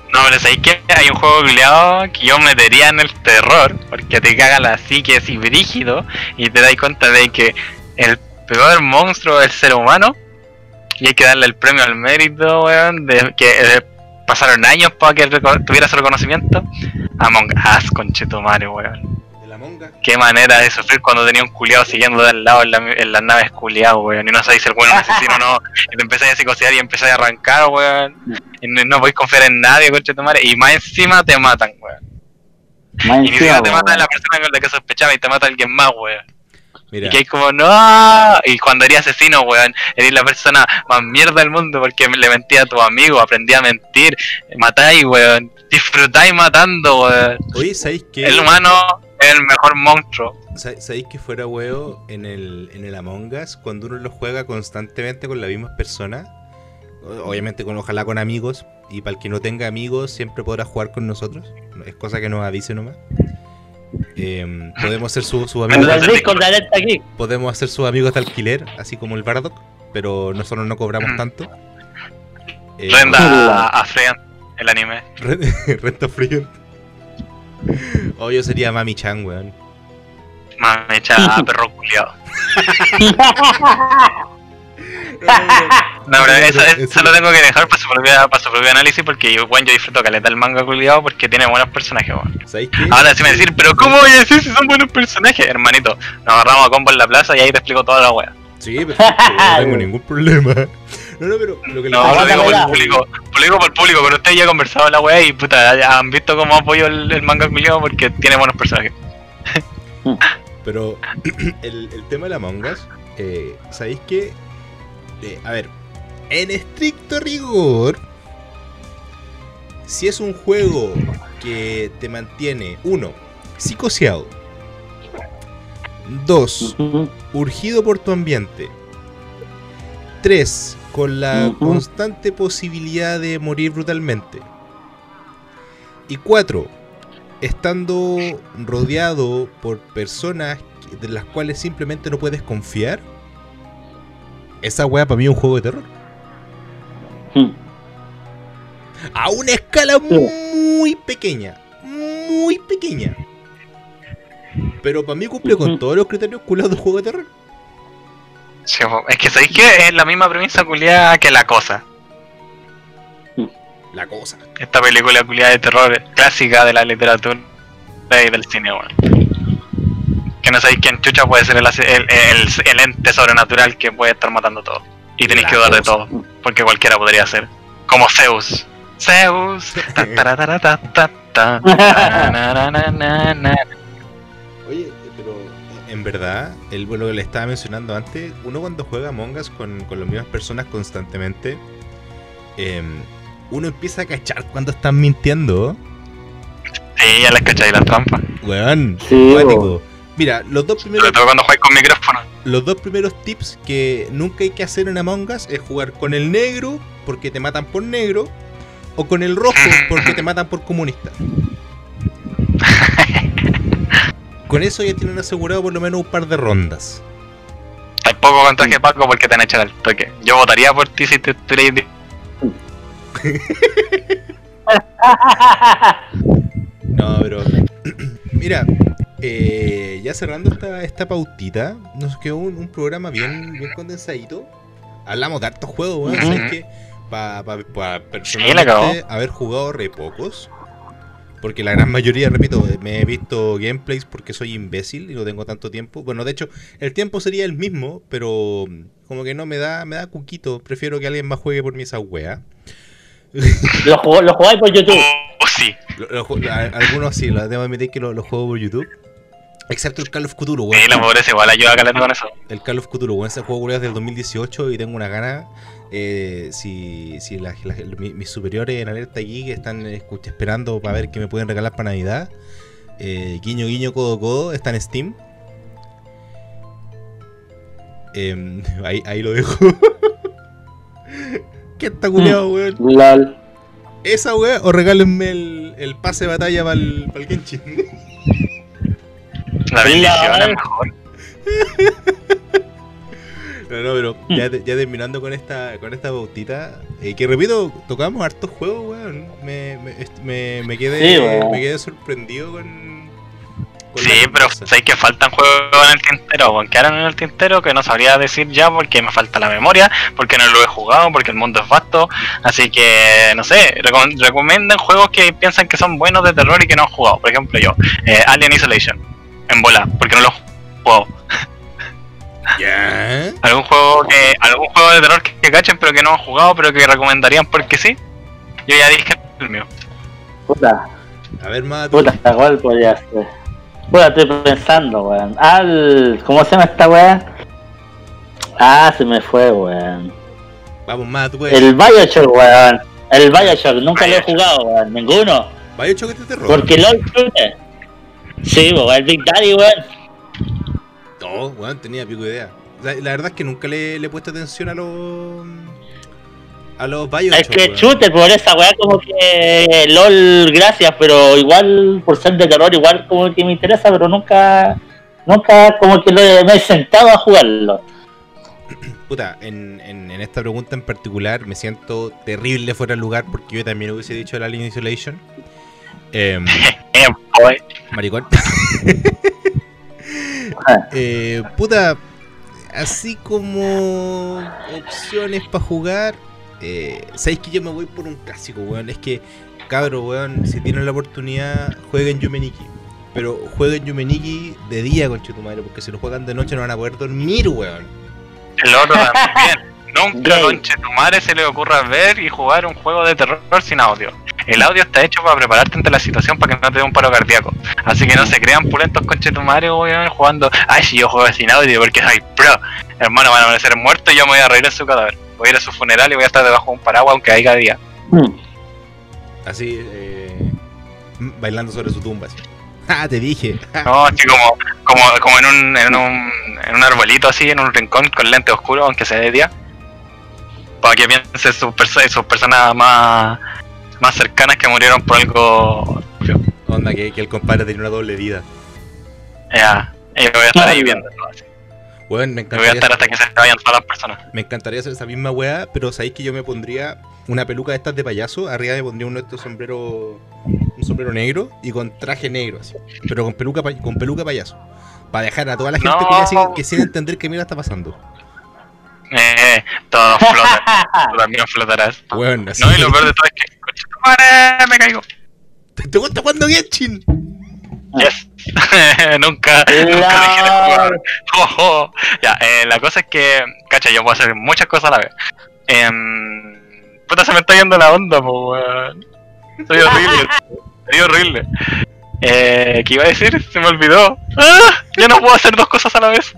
No, pero ¿sabéis qué? Hay un juego culiado que yo metería en el terror, porque te caga la psique así brígido y te das cuenta de que el peor monstruo es el ser humano y hay que darle el premio al mérito, weón, de que eh, pasaron años para que reco- tuviera su reconocimiento. Among Us, conchetumare, weón. ¿De la monga? Qué manera de sufrir cuando tenía un culiado siguiendo de al lado en, la, en las naves culiado, weón. Y no sabéis si el weón es un asesino o no. Y te empezáis a psicosear y empezáis a arrancar, weón. Y no, no podéis confiar en nadie, conchetumare. Y más encima te matan, weón. Más Y ni siquiera encima, te weón. mata la persona con la que sospechaba y te mata alguien más, weón. Mira, Y que hay como, no. Y cuando eres asesino, weón, eres la persona más mierda del mundo porque le mentí a tu amigo, aprendí a mentir, matáis, weón, disfrutáis matando, weón. oye, ¿sabéis qué? El humano es el mejor monstruo. Sa- ¿Sabéis que fuera huevo en el, en el Among Us cuando uno lo juega constantemente con las mismas personas? O- Obviamente con ojalá con amigos. Y para el que no tenga amigos siempre podrá jugar con nosotros. Es cosa que nos avise nomás. Eh, podemos ser sus su El amigos. del Discord de Alerta aquí. Podemos hacer sus amigos de alquiler, así como el Bardock, pero nosotros no cobramos Mm. tanto. Eh, Renda a, a Freya, el anime. Re- Renta frío. Oh, yo sería Mami Chan, weón. Mame, echa a perro culiado. No, pero eso, eso lo tengo que dejar para su propio, para su propio análisis porque yo, bueno, yo disfruto caleta el manga culiado porque tiene buenos personajes, weón. ¿Sabéis qué? Ahora sí me decir, pero ¿cómo voy a decir si son buenos personajes? Hermanito, nos agarramos a combo en la plaza y ahí te explico toda la wea. Sí, perfecto, no tengo ningún problema. No, no, pero lo que le No, Ahora lo digo por la el público, lo digo por el público, pero ustedes ya han conversado la wea y puta, ya han visto cómo apoyo el, el manga culiado porque tiene buenos personajes. Pero el, el tema de la Among Us, eh, ¿sabéis qué? Eh, a ver, en estricto rigor, si es un juego que te mantiene, uno, psicoseado, dos, Ujú. urgido por tu ambiente, tres, con la Ujú. constante posibilidad de morir brutalmente, y cuatro, estando rodeado por personas que- de las cuales simplemente no puedes confiar, esa wea para mí es un juego de terror. Mm. A una escala muy pequeña, muy pequeña. Pero para mí cumple con Ujú. todos los criterios culados de juego de terror. Sí, po, es que sabéis que es la misma premisa culiada que La Cosa. La cosa. Esta película culiada de terror clásica de la literatura y del cine, weón. Que no sabéis quién chucha puede ser el, ase- el, el, el ente sobrenatural que puede estar matando todo. Y tenéis La que dudar de cosa. todo, porque cualquiera podría ser. Como Zeus. Zeus. Ta, ta, ta, ta, ta, ta, ta, na, na, na, na, na. Oye, pero en verdad, el, lo que le estaba mencionando antes, uno cuando juega Among Us con, con las mismas personas constantemente, eh, uno empieza a cachar cuando están mintiendo. Sí, ya les cacháis las trampas. Weón, Sí, cuático. Mira, los dos primeros Sobre todo cuando jugáis con micrófono. los dos primeros tips que nunca hay que hacer en Among Us es jugar con el negro porque te matan por negro o con el rojo porque te matan por comunista. Con eso ya tienen asegurado por lo menos un par de rondas. Hay poco con traje Paco porque te han echado el toque. Yo votaría por ti si te estuvierais di- No, pero mira, eh, ya cerrando esta, esta pautita, nos quedó un, un programa bien, bien condensadito. Hablamos de hartos juegos, weón. Ujú. ¿Sabes qué? Para pa, pa, la personalmente cagó. haber jugado re pocos. Porque la gran mayoría, repito, me he visto gameplays porque soy imbécil y no tengo tanto tiempo. Bueno, de hecho, el tiempo sería el mismo, pero como que no me da, me da cuquito. Prefiero que alguien más juegue por mí esa wea. Lo, jugó- lo jugáis por YouTube. Oh, sí. Lo- lo ju- a- algunos sí, lo debo admitir que los lo juego por YouTube. Excepto el Call of Cthulhu, weón. Sí, la pobreza igual ayuda a caleta con eso. El Call of Cthulhu, weón. Ese juego es del dos mil dieciocho y tengo una gana. Eh, si si la- la- mi- mis superiores en Alerta Geek están escuch- esperando para ver qué me pueden regalar para Navidad. Eh, guiño, guiño, codo, codo. Está en Steam. Em, ahí, ahí lo dejo. ¿Qué está culiado, weón? Lol. Esa weón, o regálenme el, el pase de batalla para el, para el Genshin. La bendición La- es mejor. No, no, pero ya, te- ya terminando con esta con esta bautita, eh, que repito, tocamos hartos juegos, weón. Me, me, est- me, me quedé, Sí, weón. me quedé sorprendido con. con Sí, la pero conversa. sé que faltan juegos en el tintero, weón. Quedaron en el tintero que no sabría decir ya porque me falta la memoria, porque no lo he jugado, porque el mundo es vasto. Así que, no sé, recom- recomienden juegos que piensan que son buenos de terror y que no han jugado. Por ejemplo, yo, eh, Alien Isolation, en bola, porque no lo he jugado. Ya. Algún juego que algún juego de terror que, que cachen pero que no han jugado, pero que recomendarían porque sí. Yo ya dije el mío. Puta, A ver, más. puta, ¿cuál podría ser? Puta, estoy pensando, weón. Al. ¿Cómo se llama esta weá? Ah, se me fue, weón. Vamos, más, pues. El Bioshock, weón. El Bioshock, nunca lo he Bioshock. jugado, weón. Ninguno. Vaya choque de terror. Porque LOL shooter. Sí, weón, el Big Daddy, weón. No, weón, tenía pico de idea. La, la verdad es que nunca le, le he puesto atención a los. A los Bioshock. Es que weón. shooter, por esa weá, como que LOL, gracias, pero igual, por ser de terror, igual como que me interesa, pero nunca. Nunca como que lo he- me he sentado a jugarlo. Puta, en, en, en esta pregunta en particular me siento terrible fuera de lugar porque yo también hubiese dicho el Alien Isolation. Em, Eh, boy. maricón. Eh, puta, así como opciones para jugar, eh, sabéis que yo me voy por un clásico, weón. Es que, cabro, weón, si tienen la oportunidad, jueguen Yumeniki. Pero jueguen Yumeniki de día, conchetumadre, porque si lo juegan de noche no van a poder dormir, weón. El otro también. Nunca, Gay. conche tu madre, se le ocurra ver y jugar un juego de terror sin audio. El audio está hecho para prepararte ante la situación para que no te dé un paro cardíaco. Así que no se crean pulentos conche tu madre, weón, jugando. Ay, si yo juego sin audio porque soy pro. Hermano, van a amanecer muertos y yo me voy a reír en su cadáver. Voy a ir a su funeral y voy a estar debajo de un paraguas aunque haya día. Hmm. Así, eh, bailando sobre su tumba, así. Ah, te dije. No, así como, como, como en, un, en, un, en un arbolito así, en un rincón con lentes oscuros, aunque sea de día. Para que piensen sus, perso sus personas más, más cercanas que murieron por algo. Onda, que, que el compadre tiene una doble vida. Ya, yo voy a estar ahí viendo. Así. Weón, me Yo voy a encantaría, estar hasta que se vayan todas las personas. me encantaría hacer esa misma weá, pero sabéis que yo me pondría una peluca de estas de payaso, arriba me pondría uno de estos sombreros, un sombrero negro y con traje negro, así, pero con peluca pa- con peluca payaso, para dejar a toda la gente No. culia sin- que sin entender qué mierda está pasando. Eh, todos flotan. Tú también flotarás. Weón, así. No, y lo peor de todo es que. ¡Coche tu madre! Me caigo. ¿Te, te gusta cuando Genshin? Yes. nunca, nunca dejé de jugar. Ojo. Ya, eh, la cosa es que, cacha, yo puedo hacer muchas cosas a la vez. Em, puta, se me está yendo la onda, po, weón. Soy horrible. Soy horrible. Eh, ¿Qué iba a decir? Se me olvidó. ¡Ah! Ya no puedo hacer dos cosas a la vez.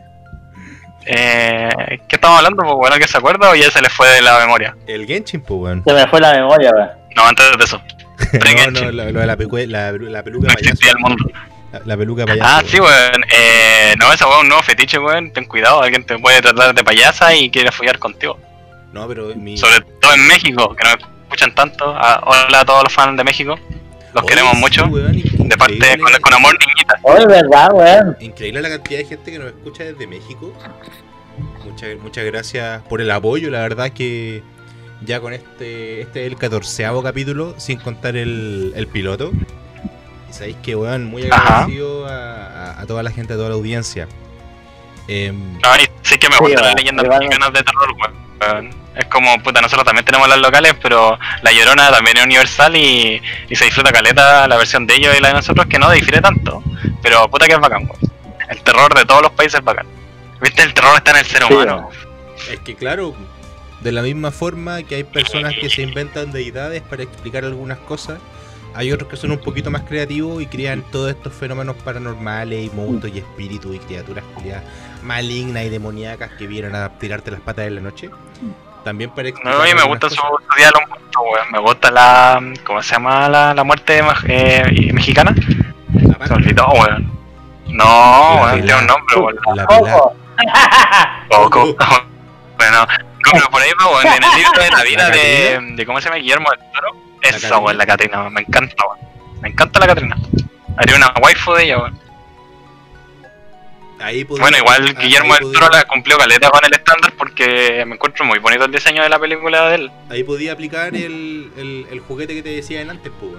Eh, ¿Qué estamos hablando? Pues bueno, ¿que se acuerda o ya se le fue de la memoria? El Genshin, pues, weón. Se me fue la memoria, weón. No, antes de eso. No, Pre-Genshin. no, lo, lo de la, pecue- la, la peluca No payaso. existía el mundo. La, la peluca payaso. Ah, sí, weón. Eh, no, esa weón es un nuevo fetiche, weón. Ten cuidado, alguien te puede tratar de payasa y quiere follar contigo. No, pero mi... Sobre todo en México, que no escuchan tanto. Ah, hola a todos los fans de México. Los Oye, queremos sí, mucho. weón, in- De parte, increíble. con, con amor, niñita. Oye, ¿verdad, weón? Increíble la cantidad de gente que nos escucha desde México. Muchas, muchas gracias por el apoyo. La verdad que ya con este este es el catorceavo capítulo, sin contar el, el piloto. Y sabéis que, weón, muy Ajá. agradecido a, a- a toda la gente, a toda la audiencia. Em, No, y sí que me Sí, gustan las weón, leyendas igual- mexicanas de terror, weón. Es como, puta, nosotros también tenemos las locales, pero La Llorona también es universal y, y se disfruta caleta la versión de ellos y la de nosotros, que no difiere tanto. Pero puta que es bacán, weón. El terror de todos los países es bacán. ¿Viste? El terror está en el ser Sí, humano. es que, claro, de la misma forma que hay personas que se inventan deidades para explicar algunas cosas, hay otros que son un poquito más creativos y crean todos estos fenómenos paranormales y monstruos y espíritus y criaturas culiadas malignas y demoníacas que vienen a tirarte las patas en la noche. También para explicar No, y me algunas gusta su, cosas. su día de los muertos, weón. Me gusta la. ¿Cómo se llama la, la muerte ma- eh, mexicana? La Se me olvidó, weón. No, La weón, tiene un pelada. nombre, weón. La pelada. Ojo. Poco. Bueno, no, pero por ahí va, weón. En el libro de la vida ¿La de, Catrina? de. ¿Cómo se llama? Guillermo del Toro. ¿La Esa, Catrina? weón, la Catrina, weón. Me encanta, weón. Me encanta la Catrina. Haría una waifu de ella, weón. Ahí podía, Bueno, igual ah, Guillermo ahí del podía- Toro la cumplió caleta con el estándar porque me encuentro muy bonito el diseño de la película de él. Ahí podía aplicar el, el, el juguete que te decía antes, pues,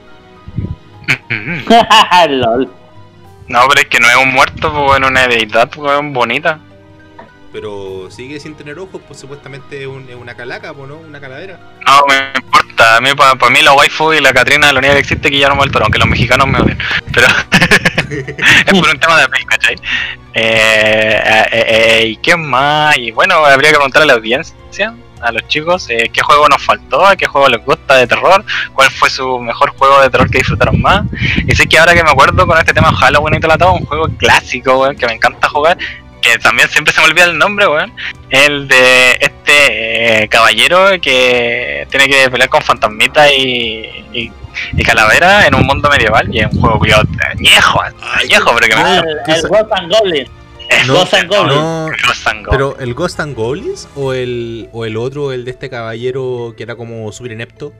weón. LOL. No, pero es que no es un muerto, pues en una deidad, pues bonita. Pero sigue sin tener ojos, pues supuestamente es, un- es una calaca, pues, ¿no? Una calavera. No me importa, a mí para mí la waifu y la Catrina la única que existe es Guillermo del Toro, aunque los mexicanos me odian. Pero es por un tema de pay, ¿cachai? Eh, eh, eh, ¿Y qué más? Y bueno, habría que preguntar a la audiencia, a los chicos, eh, qué juego nos faltó, qué juego les gusta de terror, cuál fue su mejor juego de terror que disfrutaron más. Y sé que ahora que me acuerdo con este tema de Halloween y todo, todo un juego clásico, weón, que me encanta jugar, que también siempre se me olvida el nombre, weón, el de este eh, caballero que tiene que pelear con fantasmitas y, y, y calaveras en un mundo medieval, y es un juego culiado añejo, añejo, pero que me Ah, gusta. el, el Ghost and Goblin. Es Ghost and Goblin. No, Ghost and Goblin. pero el Ghost and Goblins o el, o el otro, el de este caballero que era como super inepto.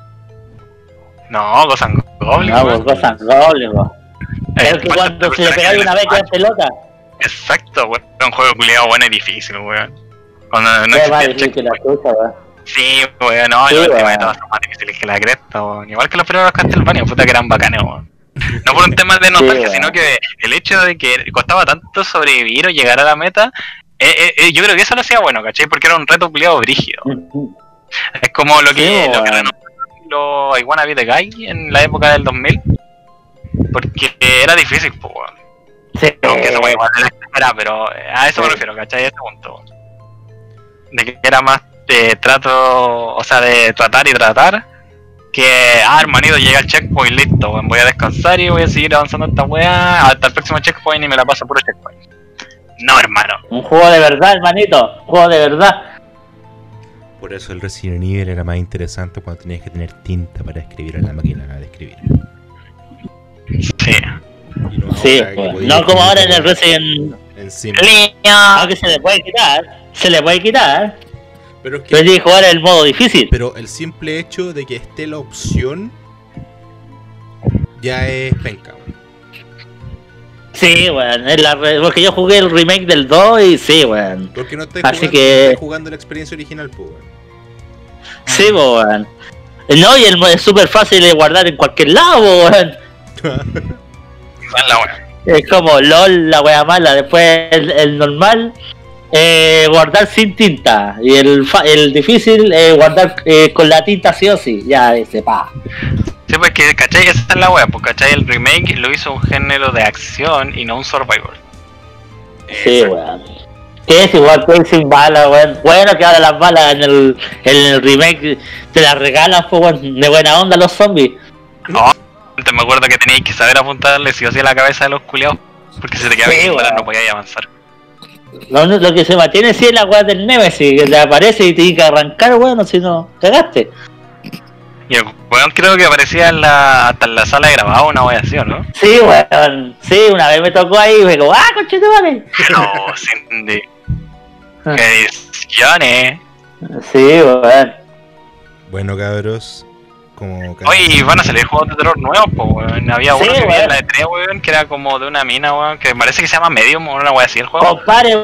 No, Ghost and Goblin, No, weón. pues Ghost and Goblin, weón. Eh, El que falta cuando el se le personaje pegaba del una vez Smash. queda pelota. Exacto, weón. Es un juego culiado bueno y difícil, weón. Cuando no Qué más existía el difícil la checkpoint. chucha, weón. Sí, weón, no, Sí, y el tema de weón. todas son más difíciles que la cresta, weón. Igual que los primeros Castlevania, puta que eran bacanes, weón. No por un tema de nostalgia, weón. sino que el hecho de que costaba tanto sobrevivir o llegar a la meta, eh, eh, eh, yo creo que eso lo hacía bueno, ¿cachai? Porque era un reto culiado brígido. Es como lo que, Sí, lo que weón. renovaron los I Wanna Be the Guy en la época del dos mil. Porque era difícil, pues, weón. Sí, Aunque esa weá igual era exagerada, pero a eso me Sí. refiero, ¿cachai? A ese punto. De que era más de trato, o sea, de tratar y tratar, que, ah, hermanito, llega al checkpoint, listo, weón, voy a descansar y voy a seguir avanzando esta weá hasta el próximo checkpoint y me la paso puro checkpoint. No, hermano. un juego de verdad, hermanito. Un juego de verdad. Por eso el Resident Evil era más interesante cuando tenías que tener tinta para escribir en la máquina de escribir. Sí. Y no Sí, ahora que weón. podías No como escribir ahora en el con- Resident. encima. Aunque se le puede quitar. Se le puede quitar. Pero es que Pero tiene que jugar el modo difícil. Pero el simple hecho de que esté la opción ya es penca. weón. Sí, weón. es la re- Porque yo jugué el remake del dos y sí, weón. Porque no estáis Así jugando, que- no estáis jugando la experiencia original, pues. weón. Sí, po, weón. No, y el modo es súper fácil de guardar en cualquier lado, po, weón. Esa es la weá. Es como LOL, la wea mala. Después el, el normal, eh, guardar sin tinta. Y el, fa- el difícil, eh, guardar eh, con la tinta sí o sí. Ya, ese pa. Sí, pues que, ¿cachai? Esa es la weá, pues, ¿cachai? El remake lo hizo un género de acción y no un survival. Sí, Exacto. weón. Que es igual que sin balas, weón. Bueno, que ahora las balas en el, en el remake te las regalan, pues, weón. De buena onda los zombies. No, antes me acuerdo que teníais que saber apuntarle sí o sí a la cabeza de los culiados. Porque si te quedaba Sí, bien, weón. no podías avanzar. Lo, único- lo que se mantiene sí es la weá del Nemesis, que te aparece y tienes que arrancar, weón, si no, cagaste. Y el weón creo que aparecía en la, hasta en la sala de grabado, una wea así, ¿o no? Sí, weón. Sí, una vez me tocó ahí y me dijo, ¡ah, conchetumare! No, Cindy. ¿Qué ediciones? Sí, weón. Bueno, cabros, como cada- Oye, van a salir juegos de terror nuevos, pues, weón. Había Sí, uno que vi weón. en la E tres, weón, que era como de una mina, weón, que parece que se llama Medium o una wea así el juego. Compare,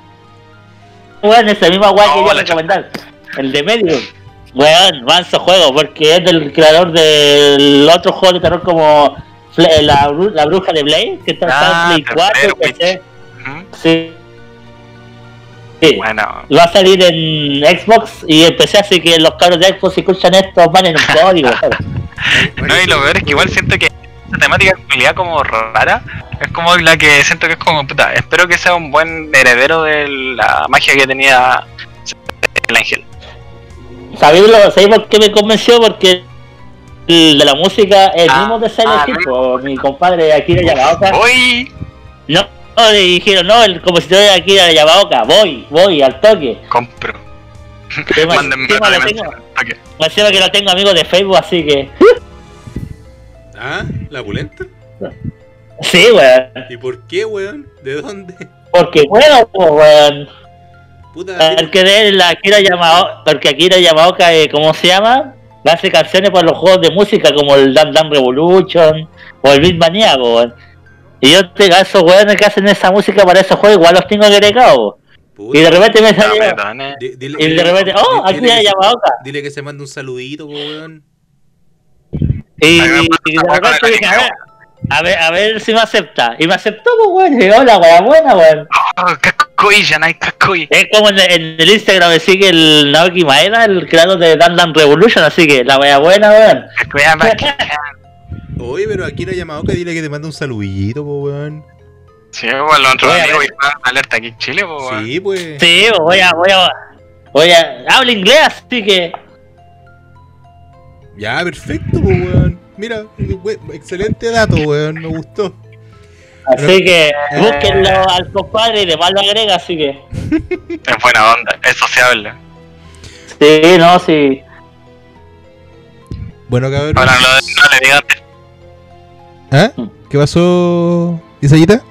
weón, esa misma weá No, que quería la recomendar. El de Medium. Weón, manso juego, porque es del creador del otro juego de terror como Fle- la, Bru- la Bruja de Blade, que está Ah, en Play The cuatro, Blair P C. Ujú. Sí. Sí. Bueno, Va a salir en Xbox y en P C, así que los cabros de Xbox si escuchan esto van en un código. no, y lo peor es que igual siento que esa temática en realidad como rara es como la que siento que es como puta. Espero que sea un buen heredero de la magia que tenía el ángel. ¿Sabéis lo- ¿sabéis por qué me convenció? Porque el de la música es el Ah, mismo de Silent ah, Hill, no. por mi compadre Akira Yamaoka. Hoy No, no, le dijeron, no, el compositor de Akira Yamaoka, voy, voy, al toque. compro. Que más- Mándenme que más una lo dimensión. tengo- Ok. más encima que lo tengo amigo de Facebook, así que... ¿Ah? ¿La pulenta? Sí, weón. ¿Y por qué, weón? ¿De dónde? Porque bueno, pues, weón. Puta, El que de la Akira Yamaoka, porque Akira Yamaoka, eh, ¿cómo se llama? Hace canciones para los juegos de música como el Dan Dan Revolution o el Beatmania, weón. Y yo te, a esos weones que hacen esa música para esos juegos, igual los tengo agregados. Puta. Y de repente me salió. Perdone. Di- dile- Y de dile- repente, oh, dile aquí que hay se- Yamaoka. Dile que se mande un saludito, po, weón. Y, Ay, me y pasa de esa weá con repente el dije, a anime, ver, a ver, a ver si me acepta. Y me aceptó, pues weón. Y dije, hola, weón, buena, weón. Oh, Kakui, Yanai Kakui. Es como en, en el Instagram me sigue el Naoki Maeda, el creador de Dan Dan Revolution, así que la wea buena, weón. Kakui Amaki. Oye, pero aquí la Yamaoka, dile que te mande un saludito, po, weón. Sí, pues los otros Voy a amigos ver. igual alerta aquí en Chile, pues. weón. Sí, pues. Sí, pues, voy a, voy a, voy a, hablo inglés, así que, Ya, perfecto, po, weón. Mira, we- excelente dato, weón. Me gustó. así que, búsquenlo al compadre y demás lo agrega, así que. Es buena onda, es sociable. Sí, no, sí. Bueno, cabrón. Ahora no, no le digan. ¿Ah? ¿Qué pasó, Isayita?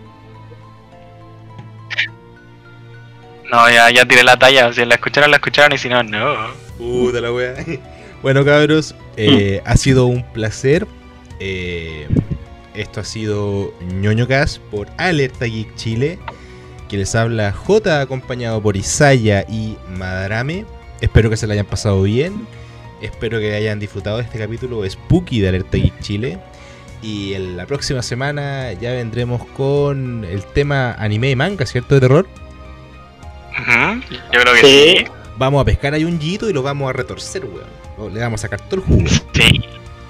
No, ya, ya tiré la talla. Si la escucharon, la escucharon. Y si no, no. Puta la wea. Bueno, cabros, eh, ha sido un placer. Eh, esto ha sido ñoñocast por Alerta Geek Chile. Que les habla J, acompañado por Isaya y Madarame. Espero que se la hayan pasado bien. Espero que hayan disfrutado de este capítulo Spooky de Alerta Geek Chile. Y en la próxima semana ya vendremos con el tema anime y manga, ¿cierto? De terror. Ujú, yo creo que Sí. sí. Vamos a pescar a Junjito y lo vamos a retorcer, weón. Le vamos a sacar todo el jugo. Sí.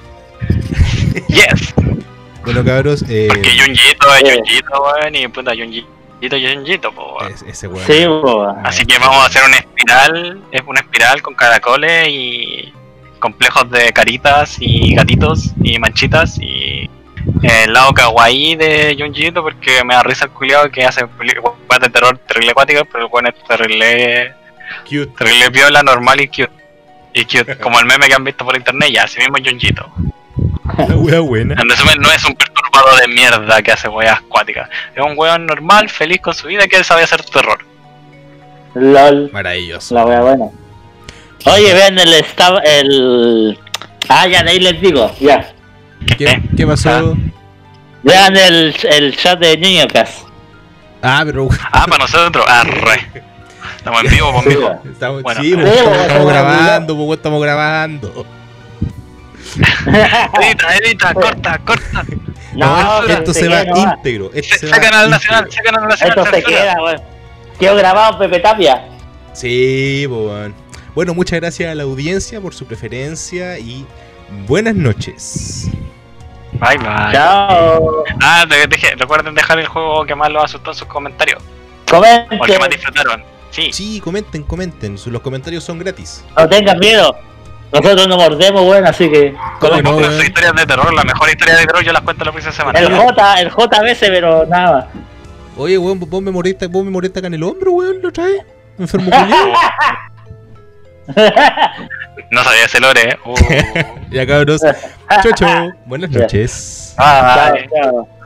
Yes. Bueno, cabros, eh, Porque Junjito es Eh. Junjito, weón. Y puta, Junjito es Junjito, pues, weón. es- ese weón. Sí, weón. Así que vamos a hacer una espiral. Es una espiral con caracoles y complejos de caritas y gatitos y manchitas. Y el lado kawaii de Junjito, porque me da risa el culiado que hace weas de terror terrible acuáticas, pero el weón es terrible. Cute. Terrible viola, normal y cute. Y cute, como el meme que han visto por internet, ya, así mismo es Junjito. La wea buena. En resumen, no es un perturbado de mierda que hace weas acuáticas. Es un weón normal, feliz con su vida, que sabe hacer terror. LOL. Maravilloso. La wea buena. Oye, vean el estaba el. Ah, ya, de ahí les digo, ya. ¿Qué, qué pasó? Vean el, el chat de ñoñocast. Ah, pero. Ah, para nosotros, arre. Estamos en vivo, pues, mijo. Estamos, Bueno. sí, pues, Sí, estamos, pues, estamos bueno, grabando, pues, estamos grabando. Edita, edita, corta, corta. No, pero esto se se va queda nomás. íntegro. Esto se Se va canal nacional, íntegro. se canal nacional. Esto se censura. queda, weón. Quedó grabado Pepe Tapia. Sí, pues, weón. Bueno, muchas gracias a la audiencia por su preferencia y buenas noches. Bye, bye. Chao. Ah, te dije, recuerden dejar el juego que más los asustó en sus comentarios. O el que más Comenten. disfrutaron. Sí. Sí, comenten, comenten. Su- Los comentarios son gratis. No tengan miedo. Nosotros no mordemos, weón, así que. ¿Cómo Como no, con weón? sus historias de terror, la mejor historia de terror yo las cuento la próxima semana. El J, el J a veces, pero nada. Oye, weón, vos me moriste, vos me moriste acá en el hombro, weón, ¿lo traes? Enfermo culiao. No sabía ese lore, eh. Uh. Ya, cabros. Chau, chau. Buenas noches. Bye. Chao, chao.